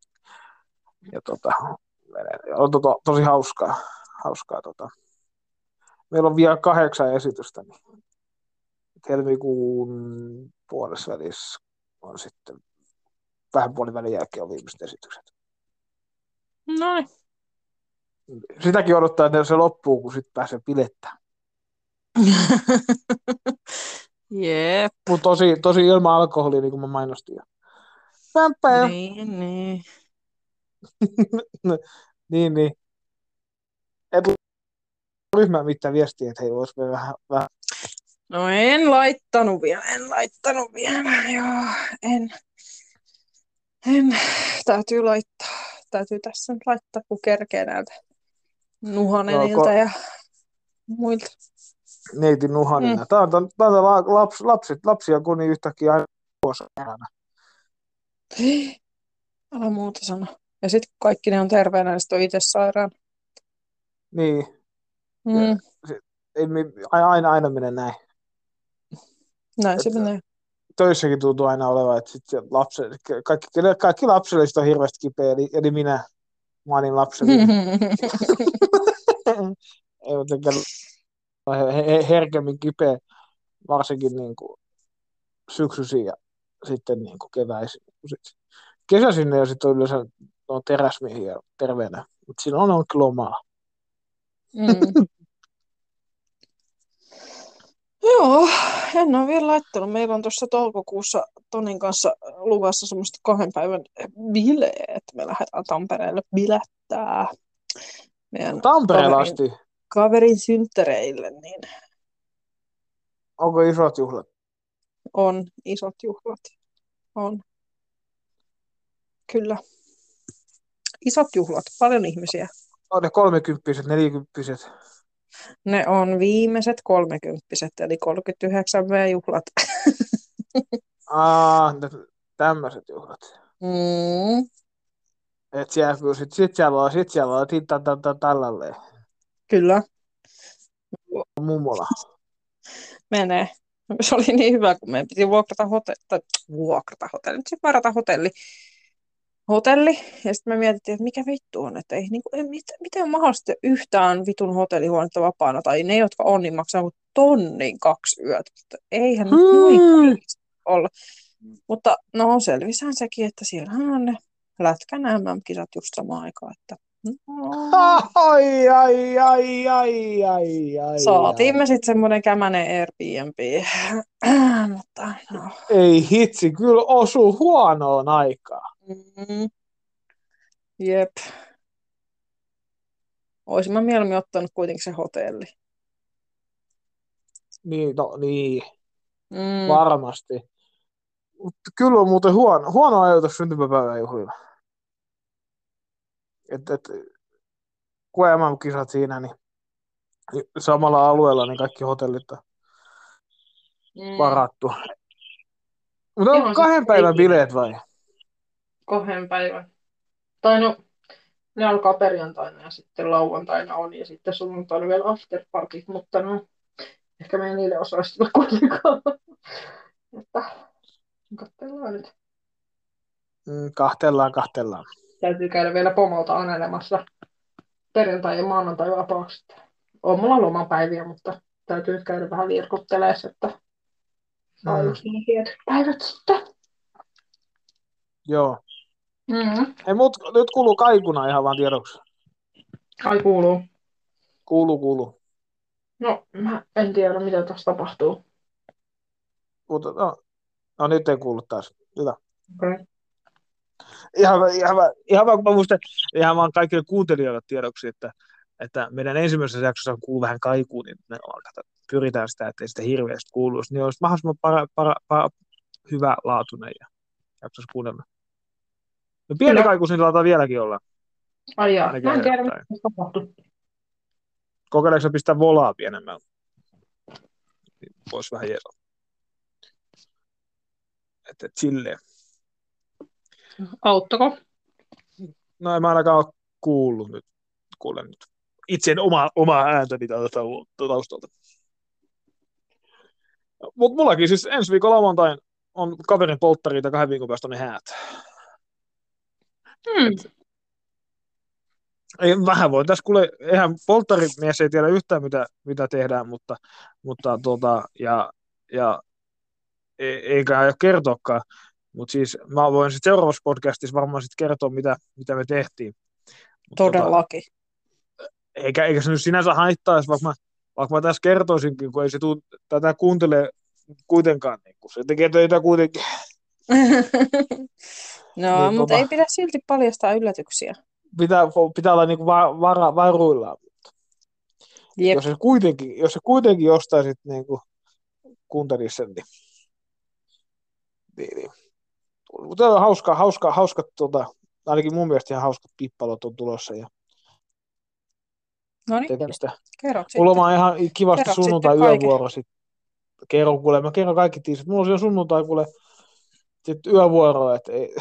Speaker 1: on tosi hauskaa. Meillä on vielä 8 esitystä, niin helmikuun puolessa välissä on sitten vähän puolivälin jälkeen on viimeiset esitykset.
Speaker 3: Noin.
Speaker 1: Sitäkin odottaa, että se loppuu, kun sitten pääsee bilettämään.
Speaker 3: Jep.
Speaker 1: Mutta tosi ilman alkoholia, niin kuin mä mainostin jo.
Speaker 3: Niin.
Speaker 1: niin. Et ryhmään mitään viestiä, että hei, vois vähän.
Speaker 3: No en laittanut vielä. Joo, en. Täytyy laittaa. Täytyy tässä nyt laittaa, kun kerkee näiltä Nuhanenilta ja muilta.
Speaker 1: Neitin Nuhanina. Tämä on lapsia, kun niin yhtäkkiä aina vuosana.
Speaker 3: Älä muuta sano. Ja sitten kun kaikki ne on terveenä, niin sitten on itse sairaan.
Speaker 1: Niin. Aina menee näin.
Speaker 3: Näin se menee.
Speaker 1: Töissäkin tuntuu aina olevan, että kaikki lapselliset on hirveästi kipeä, eli minä niin lapsellinen. Ei jotenkin herkemmin kipeä, varsinkin niin kuin syksyisin ja sitten niin kuin keväisin. Kesäisin ne sitten on yleensä teräsmiehiä terveenä, mutta silloin on lomaa.
Speaker 3: Joo, en ole vielä laittanut. Meillä on tuossa toukokuussa Tonin kanssa luvassa semmoista 2 päivän bileet. Me lähdetään Tampereelle bilettää meidän
Speaker 1: Tampereella asti?
Speaker 3: Kaverin synttäreille. Niin
Speaker 1: onko isot juhlat?
Speaker 3: On isot juhlat. On. Kyllä. Isot juhlat, paljon ihmisiä.
Speaker 1: On ne 30-vuotiaat, 40-vuotiaat.
Speaker 3: Ne on viimeiset 30-vuotiaat, eli 39V-juhlat.
Speaker 1: Tämmöiset juhlat. Et siellä on tällalleen.
Speaker 3: Kyllä.
Speaker 1: Mummola.
Speaker 3: Menee. Se oli niin hyvä, kun meidän piti vuokrata hotelli. Nyt sitten varata hotelli. Ja sitten me mietittiin, että mikä vittu on, että miten on mahdollista yhtään vitun hotellihuonetta vapaana, tai ne, jotka on, niin maksaa 1,2 yötä. Mutta eihän nyt noin olla. Mutta no selvisään sekin, että siellähän on ne lätkän MM-kisat just samaan aikaan, että saatiin me sitten semmoinen kämänen Airbnb. Mutta no.
Speaker 1: Ei hitsi, kyllä osuu huonoon aikaan.
Speaker 3: Jep. Oisin mä mieluummin ottanut kuitenkin se hotelli.
Speaker 1: Niin. Varmasti. Mutta kyllä on muuten huono ajoitus syntymäpäivän juhlilla. Kun MM-kisat siinä, niin samalla alueella niin kaikki hotellit on varattu. Mutta onko 2 päivän bileet vai?
Speaker 2: 2 päivän. Tai no, ne alkaa perjantaina ja sitten lauantaina on ja sitten sunnuntaina vielä afterpartit, mutta no, ehkä me ei niille osallistua kuitenkaan. Että katsellaan nyt.
Speaker 1: Kahtellaan.
Speaker 2: Täytyy käydä vielä pomolta anelemassa perjantai ja maanantai vapaaksi. On mulla lomapäiviä, mutta täytyy nyt käydä vähän virkuttelemaan, että saa just niin tietyt päivät sitten.
Speaker 1: Joo. Ei, nyt kuuluu kaikuna ihan vaan tiedoksi.
Speaker 2: Ai kuuluu.
Speaker 1: Kuuluu.
Speaker 2: No, mä en tiedä, mitä tässä tapahtuu.
Speaker 1: No nyt ei kuulu taas. Hyvä.
Speaker 2: Okay.
Speaker 1: Ihan vaan, kun mä muistan, ihan vaan kaikille kuuntelijoille tiedoksi, että meidän ensimmäisessä jaksossa kuuluu vähän kaikuu, niin me pyritään sitä, ettei sitä hirveästi kuuluisi, niin olisi mahdollisimman hyvälaatuinen ja jaksaisi kuunnella. No pieni
Speaker 2: Kyllä.
Speaker 1: kaiku siinä saattaa vieläkin olla.
Speaker 2: Ai jaa,
Speaker 1: Ainakin
Speaker 2: mä en tiedä, mitä
Speaker 1: ajoittain.
Speaker 2: tapahtuu.
Speaker 1: Kokeileeko sä pistää volaa pienemmällä? Niin voisi vähän jeesata. Että silleen.
Speaker 2: Auttako?
Speaker 1: No en mä ainakaan ole kuullut nyt. Kuulen nyt itse omaa ääntäni taustalta. Mutta mullakin siis ensi viikolla lauantain on kaverin polttari ja 2 viikon päästä on ne häät. Ei, vähän voi tässä kuule, eihän polttarimies ei tiedä yhtään mitä tehdään, mutta eikä aio kertoakaan. Mutta siis mä voin sitten seuraavassa podcastissa varmaan sitten kertoa, mitä me tehtiin.
Speaker 3: Todellakin.
Speaker 1: Eikä se nyt sinänsä haittaisi, vaikka mä tässä kertoisinkin, kun ei se tätä kuuntele kuitenkaan, niin kun se tekee töitä kuitenkin.
Speaker 3: No,
Speaker 1: Niin,
Speaker 3: mutta ei pidä silti paljastaa yllätyksiä.
Speaker 1: Pitää olla niinku varuillaan.
Speaker 3: Jep.
Speaker 1: Jos se kuitenkin jostain sitten niinku kuuntelisi sen, niin. Mutta on hauska ainakin mun mielestä ihan hauskat pippalot on tulossa. Ja
Speaker 3: No niin,
Speaker 1: tekemistä.
Speaker 3: kerrot
Speaker 1: Mulla
Speaker 3: sitten.
Speaker 1: on ihan kivasti
Speaker 3: Kerrot
Speaker 1: sunnuntai
Speaker 3: sitten kaiken.
Speaker 1: yövuoro sitten. Mä kerron kaikki tiisat. Mulla on siellä sunnuntai kuule sitten yövuoro, että ei.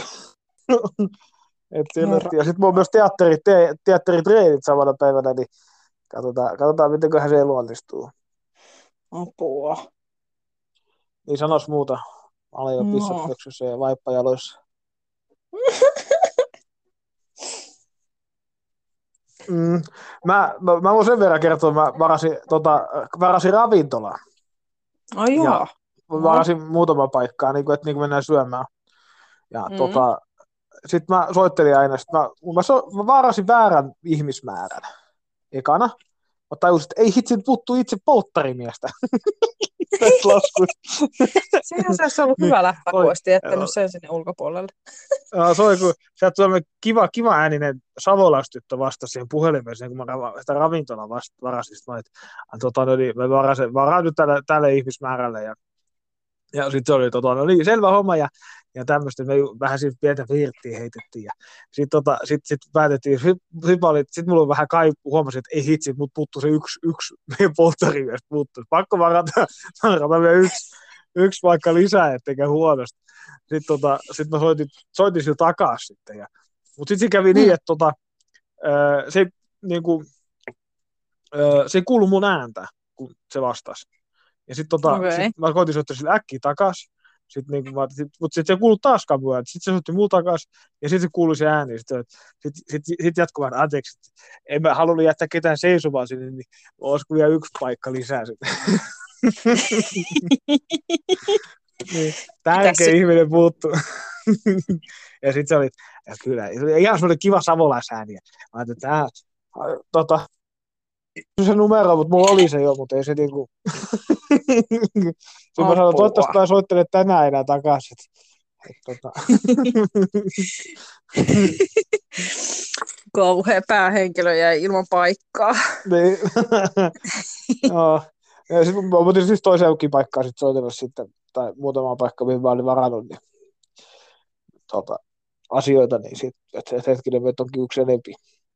Speaker 1: Ja sitten mulla on myös teatteritreenit samana päivänä, niin katsotaan mitenköhän se luonnistuu.
Speaker 3: Apua.
Speaker 1: Niin sanois muuta. Mä olen jo pissat pöksyssä ja vaippajaloissa. Mä voin sen verran kertoa, mä varasin ravintolaa.
Speaker 3: Ai jaa.
Speaker 1: Varasin muutama paikkaa, niin että niin mennään syömään. Ja sitten mä soittelin aina, mä varasin väärän ihmismäärän ekana. Mä tajusin, että ei hitsi puttu itse polttarimiestä.
Speaker 3: Sehän se olisi ollut hyvä läppä, kun olisi jättänyt sen sinne ulkopuolelle.
Speaker 1: Se oli, kun sieltä tuli kiva ääninen savolaistyttö vastasi siihen puhelimeen, kun mä sitä ravintolaa varasin. Mä varaan nyt tälle ihmismäärälle. Ja sitten se oli selvä homma ja tämmöistä, me vähän siitä pientä virttiä heitettiin. Ja sitten päätettiin, sitten mulla vähän huomasin, että ei hitsi, mut puuttuu se yksi meidän polttarimies puuttuu. Pakko varata vielä yksi vaikka lisää, ettekä huonosti. Sitten mä soitin sillä takaisin sitten. Mutta sitten se kävi niin, että se ei kuulu mun ääntä, kun se vastasi. Ja sitten sit mä koitin soittaa sille äkkiä takaisin. Mutta sitten se ei kuulu taaskaan mun ääntä. Sitten se soitti mulla takaisin ja sitten se kuului se ääni. Sitten jatkuvaan, anteeksi, en mä halunnut jättää ketään seisomaan sinne, niin olisiko vielä yksi paikka lisää sitten. Niin, tärkeä ihminen puuttuu. Ja sitten se oli, ja kyllä, se oli ihan semmoinen kiva savolaisääni. Mä ajattelin, että se numero, mutta mulla oli se jo, mutta ei se niinku. Sitten mä sanoin, toivottavasti mä soittelen tänään enää takaisin.
Speaker 3: Kauhea päähenkilö jäi ilman paikkaa.
Speaker 1: Niin. Joo. Ja sitten mä otin siis toiseenkin paikkaan sitten soitella sitten, tai muutamaa paikkaa, mihin mä olin varannut, niin asioita, niin sitten, että hetkinen, meitä onkin yksi enempi.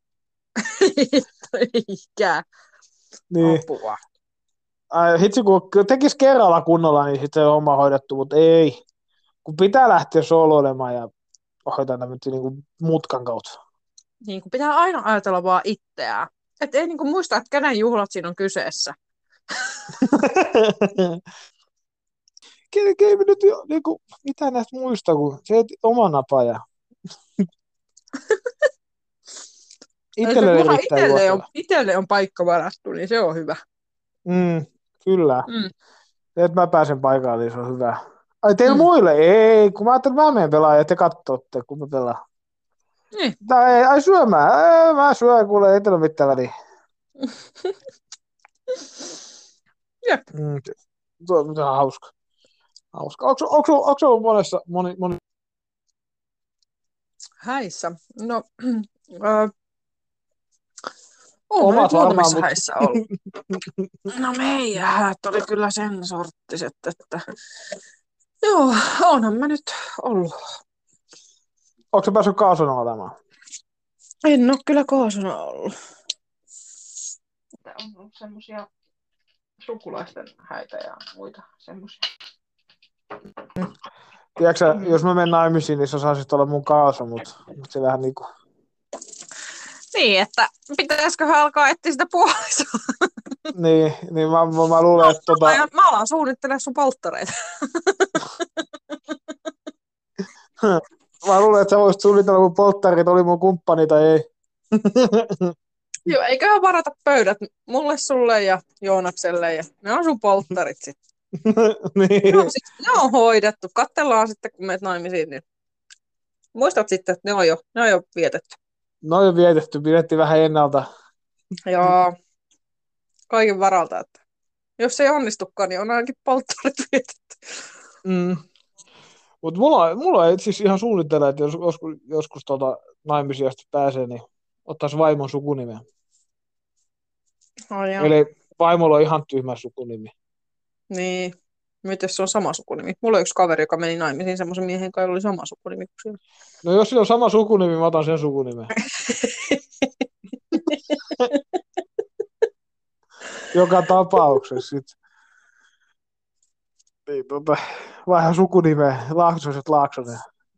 Speaker 3: Eikä.
Speaker 1: Niin.
Speaker 3: Apua.
Speaker 1: Hitsi, kun tekisi kerralla kunnolla, niin sitten se on homma hoidettu, mutta ei. Kun pitää lähteä soloilemaan ja hoitaa tämmöinen niin mutkan kautta.
Speaker 3: Niin, kun pitää aina ajatella vaan itseään. Että ei niin muista, että kenen juhlat siinä on kyseessä.
Speaker 1: Ei me nyt niin kuin, mitään näistä muista, kun se ei oma napa ja
Speaker 3: Itselle on paikka varattu, niin se on hyvä.
Speaker 1: Kyllä. Että mä pääsen paikalle, niin se on hyvä. Ai teillä muille? Ei, kun mä ajattelin, että mä menen pelaamaan ja te katsotte, kun mä pelaan.
Speaker 3: Niin.
Speaker 1: Ai syömään. Mä syön, kuule, ei teillä ole mitään väliä.
Speaker 3: Jep.
Speaker 1: Tuo on hauska. Onko se ollut moni?
Speaker 3: Häissä? No,
Speaker 1: Omat
Speaker 3: muutamissa häissä ollut. No meidän häät oli kyllä sen sorttiset, että Joo, onhan mä nyt ollut.
Speaker 1: Onko se päässyt kaasuna olemaan?
Speaker 3: En ole kyllä kaasuna ollut. On ollut semmosia sukulaisten häitä ja muita semmosia.
Speaker 1: Tiedätkö, jos mä menen naimisiin, niin sä saisit olla mun kaasu, mutta se vähän niinku...
Speaker 3: Niin, että pitäisikö alkaa etsiä sitä puolisoa?
Speaker 1: Niin mä luulen, että
Speaker 3: Mä alan suunnittelemaan sun polttareita.
Speaker 1: Mä luulen, että sä voisit suunnitella mun polttarit, oli mun kumppani tai ei.
Speaker 3: Joo, eiköhän varata pöydät mulle, sulle ja Joonakselle ja ne on sun polttarit sitten.
Speaker 1: Niin.
Speaker 3: Ne on hoidettu. Katsellaan sitten, kun menet naimisiin. Niin... Muistat sitten, että ne on jo vietetty.
Speaker 1: Ne on jo vietetty, pidettiin vähän ennalta.
Speaker 3: Joo, kaiken varalta. Että jos ei onnistukaan, niin on ainakin polttarit vietetty.
Speaker 1: Mutta mulla ei siis ihan suunnittele, että jos joskus naimisiin asti pääsee, niin ottaisi vaimon sukunimeä. Eli vaimolla on ihan tyhmä sukunimi.
Speaker 3: Niin. Mites se on sama sukunimi? Mulla on yksi kaveri, joka meni naimisiin semmoisen miehen, joka oli sama sukunimi kuin siellä.
Speaker 1: No jos sillä on sama sukunimi, mä otan sen sukunimen. Joka tapauksessa sitten. Niin, vähän sukunimeä. Laaksoset Laaksonen.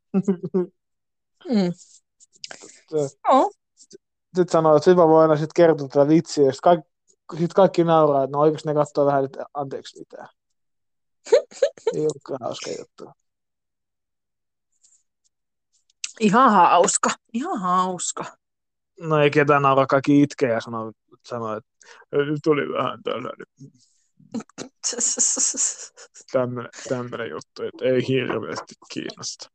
Speaker 3: No.
Speaker 1: Sitten sanoi, että sit mä voin aina sit kertoa tätä vitsiä. Sitten kaikki nauraa, että no oikeasti ne katsoo vähän, että anteeksi mitään. Ei olekaan hauska juttu.
Speaker 3: Ihan hauska.
Speaker 1: No ei ketään nauraa, kaikki itkee ja sanoo, että nyt tuli vähän tällainen tämmöinen juttu, että ei hirveästi kiinnosta.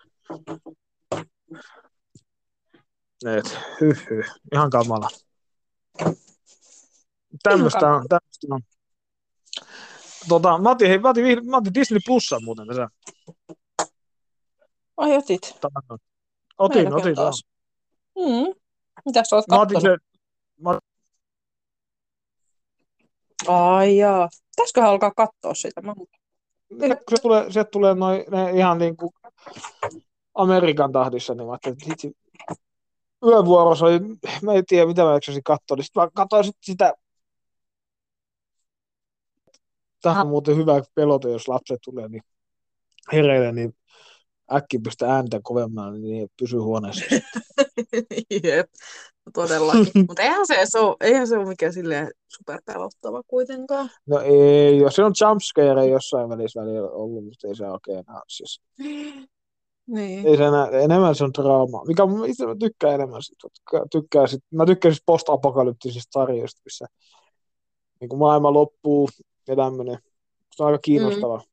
Speaker 1: Ihan kamala. Tämmöistä on. Mä otin Disney Plusan muuten tässä.
Speaker 3: Ai otit?
Speaker 1: Otin.
Speaker 3: Mitäs sä oot kattonut? Ai jaa. Pitäisiköhän alkaa katsoa sitä?
Speaker 1: Sieltä tulee ne ihan niin kuin Amerikan tahdissa, niin mä ajattelin, että yövuorossa oli, mä en tiedä mitä mä eksäsin katsoa, niin sitten mä katsoin sitä. Tämä on muuten hyvä pelote, jos lapset tulee niin hereille, niin äkkiä pistä ääntä kovemmalle, niin pysyy huoneessa.
Speaker 3: Jep, todellakin. Mutta eihän se ole mikään silleen superpelottava kuitenkaan.
Speaker 1: No ei, jos se on jumpscare jossain välissä ollut, mutta ei se oikein enää siis.
Speaker 3: Niin.
Speaker 1: Ei se enemmän se on draama. Mikä itse mä tykkään enemmän siitä. Mä tykkään siis post-apokalyptisista sarjoista, missä niin kuin maailma loppuu ja tämmöinen. Se on aika kiinnostavaa.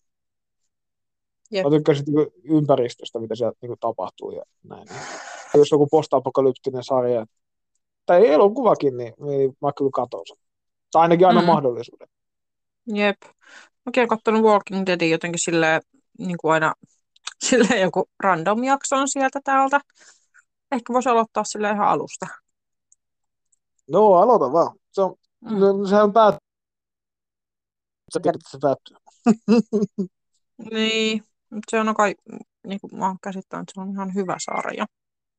Speaker 1: Mä tykkään sitten ympäristöstä, mitä sieltä niin kuin tapahtuu ja näin. Jos joku post-apokalyptinen sarja tai elokuvakin, niin mä kyllä katon sen. Tai ainakin aina mahdollisuuden.
Speaker 3: Jep. Mäkin olen katsonut Walking Deadin jotenkin silleen, niin kuin aina silleen joku random jakso on sieltä täältä. Ehkä voisi aloittaa silleen ihan alusta.
Speaker 1: No, aloita vaan. Sehän päättyy. Sä tiedät, että se päättyy.
Speaker 3: Niin. Se on kai, niin kuin mä oon käsittänyt, että se on ihan hyvä sarja.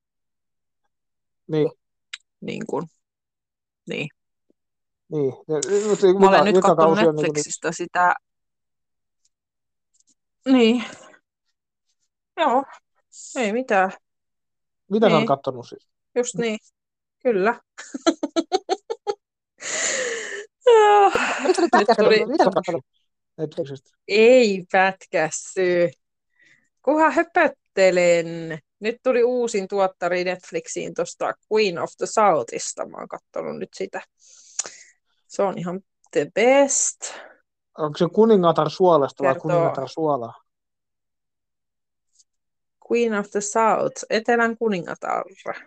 Speaker 1: Niin.
Speaker 3: Niin.
Speaker 1: Mä
Speaker 3: olen nyt katsonut Netflixistä sitä. Niin. Joo. Ei mitään.
Speaker 1: Mitä sä oot kattonut siis?
Speaker 3: Just niin. Kyllä. Ei pätkässy. Kunhan höpöttelen. Nyt tuli uusin tuottari Netflixiin tuosta Queen of the Southista. Mä oon katsonut nyt sitä. Se on ihan the best.
Speaker 1: Onko se kuningatar suolesta vai kuningatar suolaa?
Speaker 3: Queen of the South, Etelän kuningatar.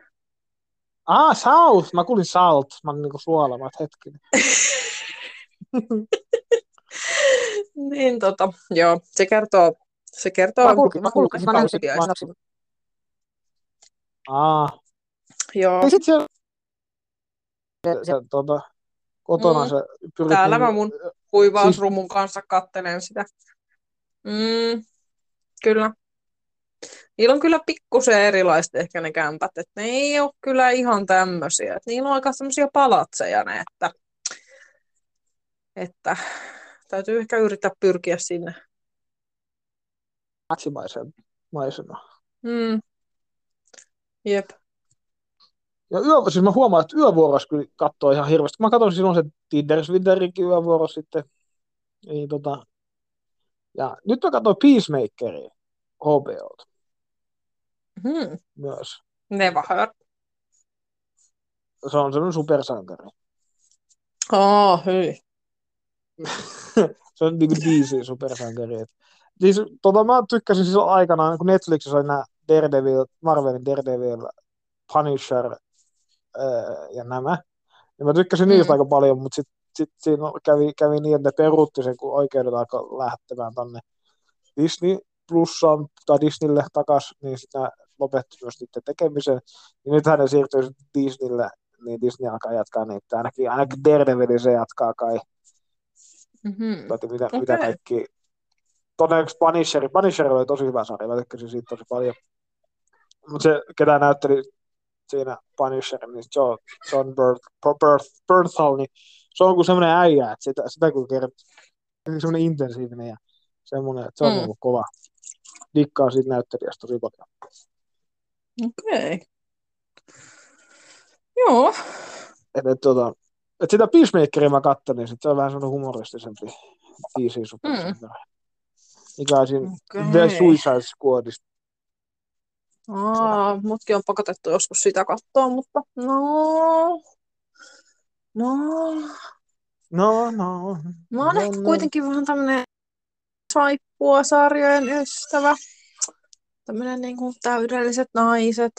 Speaker 1: South. Mä kuulin salt. Mä olin niinku suola, mä hetkinen.
Speaker 3: Niin joo, se kertoo kausiaista. Joo.
Speaker 1: Ja sit se kotona se pyrit...
Speaker 3: Täällä mä mun kuivausrumun kanssa kattelen sitä. Kyllä. Niillä on kyllä pikkusen erilaiset ehkä ne kämpät, että ne ei ole kyllä ihan tämmöisiä. Että niillä on aika semmoisia palatseja ne, että täytyy ehkä yrittää pyrkiä sinne.
Speaker 1: Maisena.
Speaker 3: Jep.
Speaker 1: Ja siis mä huomaan, että yövuorossa kyllä katsoo ihan hirveästi. Mä katson silloin se Tinderswinterinkin yövuoro sitten. Niin, ja nyt mä katsoin Peacemakeria HBO:ta myös.
Speaker 3: Never heard.
Speaker 1: Se on semmoinen supersankari.
Speaker 3: Hyi.
Speaker 1: Se on niinku DC-supersankari. Siis, mä tykkäsin siis aikanaan, kun Netflixissä oli nämä Marvelin Daredevil, Punisher ja nämä. Ja mä tykkäsin niistä aika paljon, mutta sitten siinä kävi niin, että ne peruutti sen, kun oikeudet alkoi lähtemään tonne Disney Plussaan tai Disneylle takaisin, niin sitten lopetti myös niiden tekemisen. Ja nythän ne siirtyi Disneylle, niin Disney alkaa jatkaa niitä. Ainakin Daredevil se jatkaa kai. Mitä kaikki. Todennäköisesti Punisher oli tosi hyvä sarja, mä tykkäsin siitä tosi paljon. Mutta se, ketä näytteli siinä Punisher, niin John Bernthal, niin se on kuin semmoinen äijä, että sitä kun kertoo, semmoinen intensiivinen ja semmoinen, että se on ollut kova. Dikkaa siitä näyttelijästä tosi paljon.
Speaker 3: Okei. Joo.
Speaker 1: Et sitä Peacemakeria mä katsoin, niin se on vähän semmoinen humoristisempi DC-supersankari. Mikä on siinä The Suicide Squadista.
Speaker 3: Mutkin on pakotettu joskus sitä katsoa, mutta Mä oon ehkä kuitenkin vähän tämmönen saippua sarjojen ystävä. Tämmönen niinku täydelliset naiset.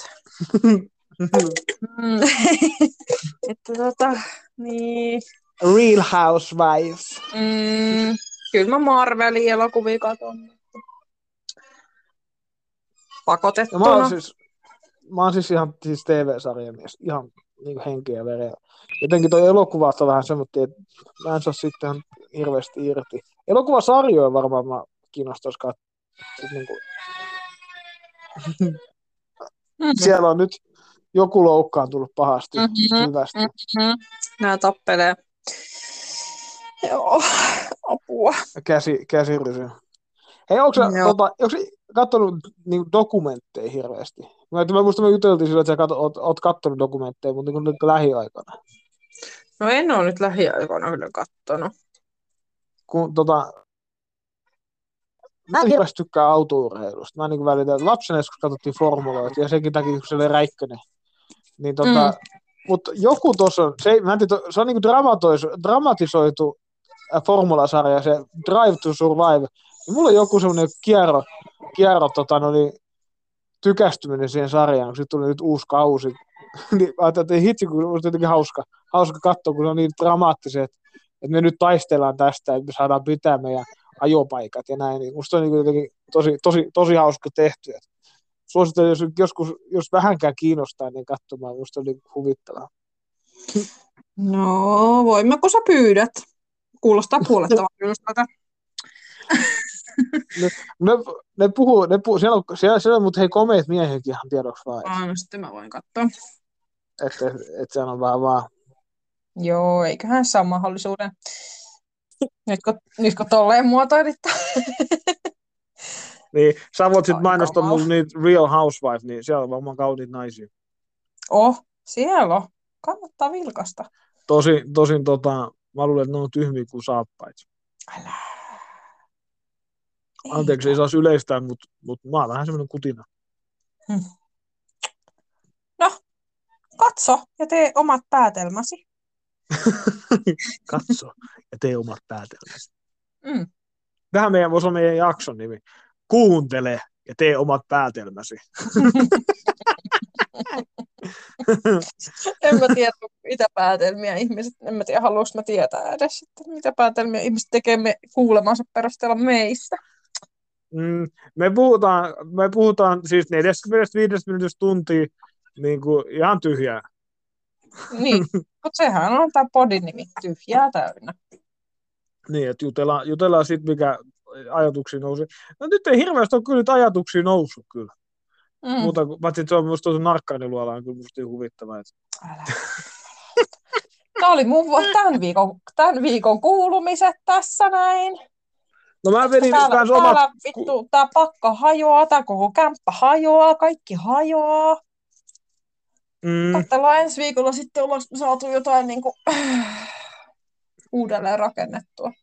Speaker 3: Että niin.
Speaker 1: Real Housewives.
Speaker 3: Kyllä mä Marvelin elokuvia katon. Pakotettuna.
Speaker 1: Mä oon siis ihan TV-sarjamies, ihan niin henkeä ja vereä. Jotenkin toi elokuvat on vähän semmoinen, että mä en saa sitten ihan hirveästi irti. Elokuvasarjoja varmaan mä kiinnostaisi katsoa. Niin kuin... Siellä on nyt joku loukkaantunut pahasti, syvästi.
Speaker 3: Nää tappelee. Joo, apua.
Speaker 1: Käsi rysyy. Hei, onko sä katsonut niin dokumentteja hirveästi? Mä muistan, me juteltiin sillä, että sä oot katsonut dokumentteja, mutta niin lähiaikana.
Speaker 3: No en ole nyt lähiaikoina kyllä kattonut.
Speaker 1: Kun mä en hirveästi tykkää autourheilusta. Mä niin välitän, että lapsena joskus katsottiin formuloita ja senkin takia, kun se oli Räikkönen. Niin mutta joku tuossa, se on niin dramatisoitu formulasarja, se Drive to Survive. Ja mulla on joku semmoinen kierro tykästyminen siihen sarjaan, kun sitten tuli nyt uusi kausi. Niin ajattelin, että hitsi, kun on jotenkin hauska katsoa, kun se on niin dramaattiset, että me nyt taistellaan tästä, että me saadaan pitää meidän ajopaikat ja näin. Niin musta on niin jotenkin tosi hauska tehty. Suosittelen, jos vähänkään kiinnostaa, niin katsomaan. Musta on niin huvittavaa.
Speaker 3: No, voimmeko sä pyydät? Kuulostaa puolettavan minusta.
Speaker 1: Ne puhuu, siellä on, mutta hei, komeet miehiäkin ihan tiedoksi vaan.
Speaker 3: No sitten mä voin katsoa.
Speaker 1: Että se on vaan.
Speaker 3: Joo, eiköhän saa mahdollisuuden. Nyt kun tolleen muotoilit.
Speaker 1: Niin, sä voit sitten mainostaa mulle niitä Real Housewives, niin siellä on varmaan kauniit naisia.
Speaker 3: Siellä on. Kannattaa vilkasta.
Speaker 1: Tosin mä luulen, että ne on tyhmiä kuin saappaita.
Speaker 3: Älä.
Speaker 1: Anteeksi, ei saisi yleistää, mutta mä oon vähän semmoinen kutina.
Speaker 3: No, katso ja tee omat päätelmäsi.
Speaker 1: Katso ja tee omat päätelmäsi. Tähän voisi olla meidän jakson nimi. Kuuntele ja tee omat päätelmäsi.
Speaker 3: En mä tiedä, mitä päätelmiä ihmiset, en mä tiedä, haluaisin mä tietää edes, että mitä päätelmiä ihmiset tekee kuulemansa perusteella meistä.
Speaker 1: Me puhutaan siis 45 minuutista tuntia niin kuin ihan tyhjää.
Speaker 3: Niin, mutta sehän on tämä podin nimi, tyhjää täynnä.
Speaker 1: Niin, että jutellaan siitä, mikä ajatuksia nousi. No nyt ei hirveästi ole kyllä nyt ajatuksia noussut kyllä.
Speaker 3: Mm.
Speaker 1: Paitsi se on musta tosi narkkaaniluola, on kyllä musta huvittavaa.
Speaker 3: Älä. Tämä oli tämän viikon kuulumiset tässä näin.
Speaker 1: No mä vedin kans omat...
Speaker 3: Täällä vittu, tää pakka hajoaa, tää koko kämppä hajoaa, kaikki hajoaa. Katsellaan ensi viikolla sitten ollaan saatu jotain niinku uudelleen rakennettua.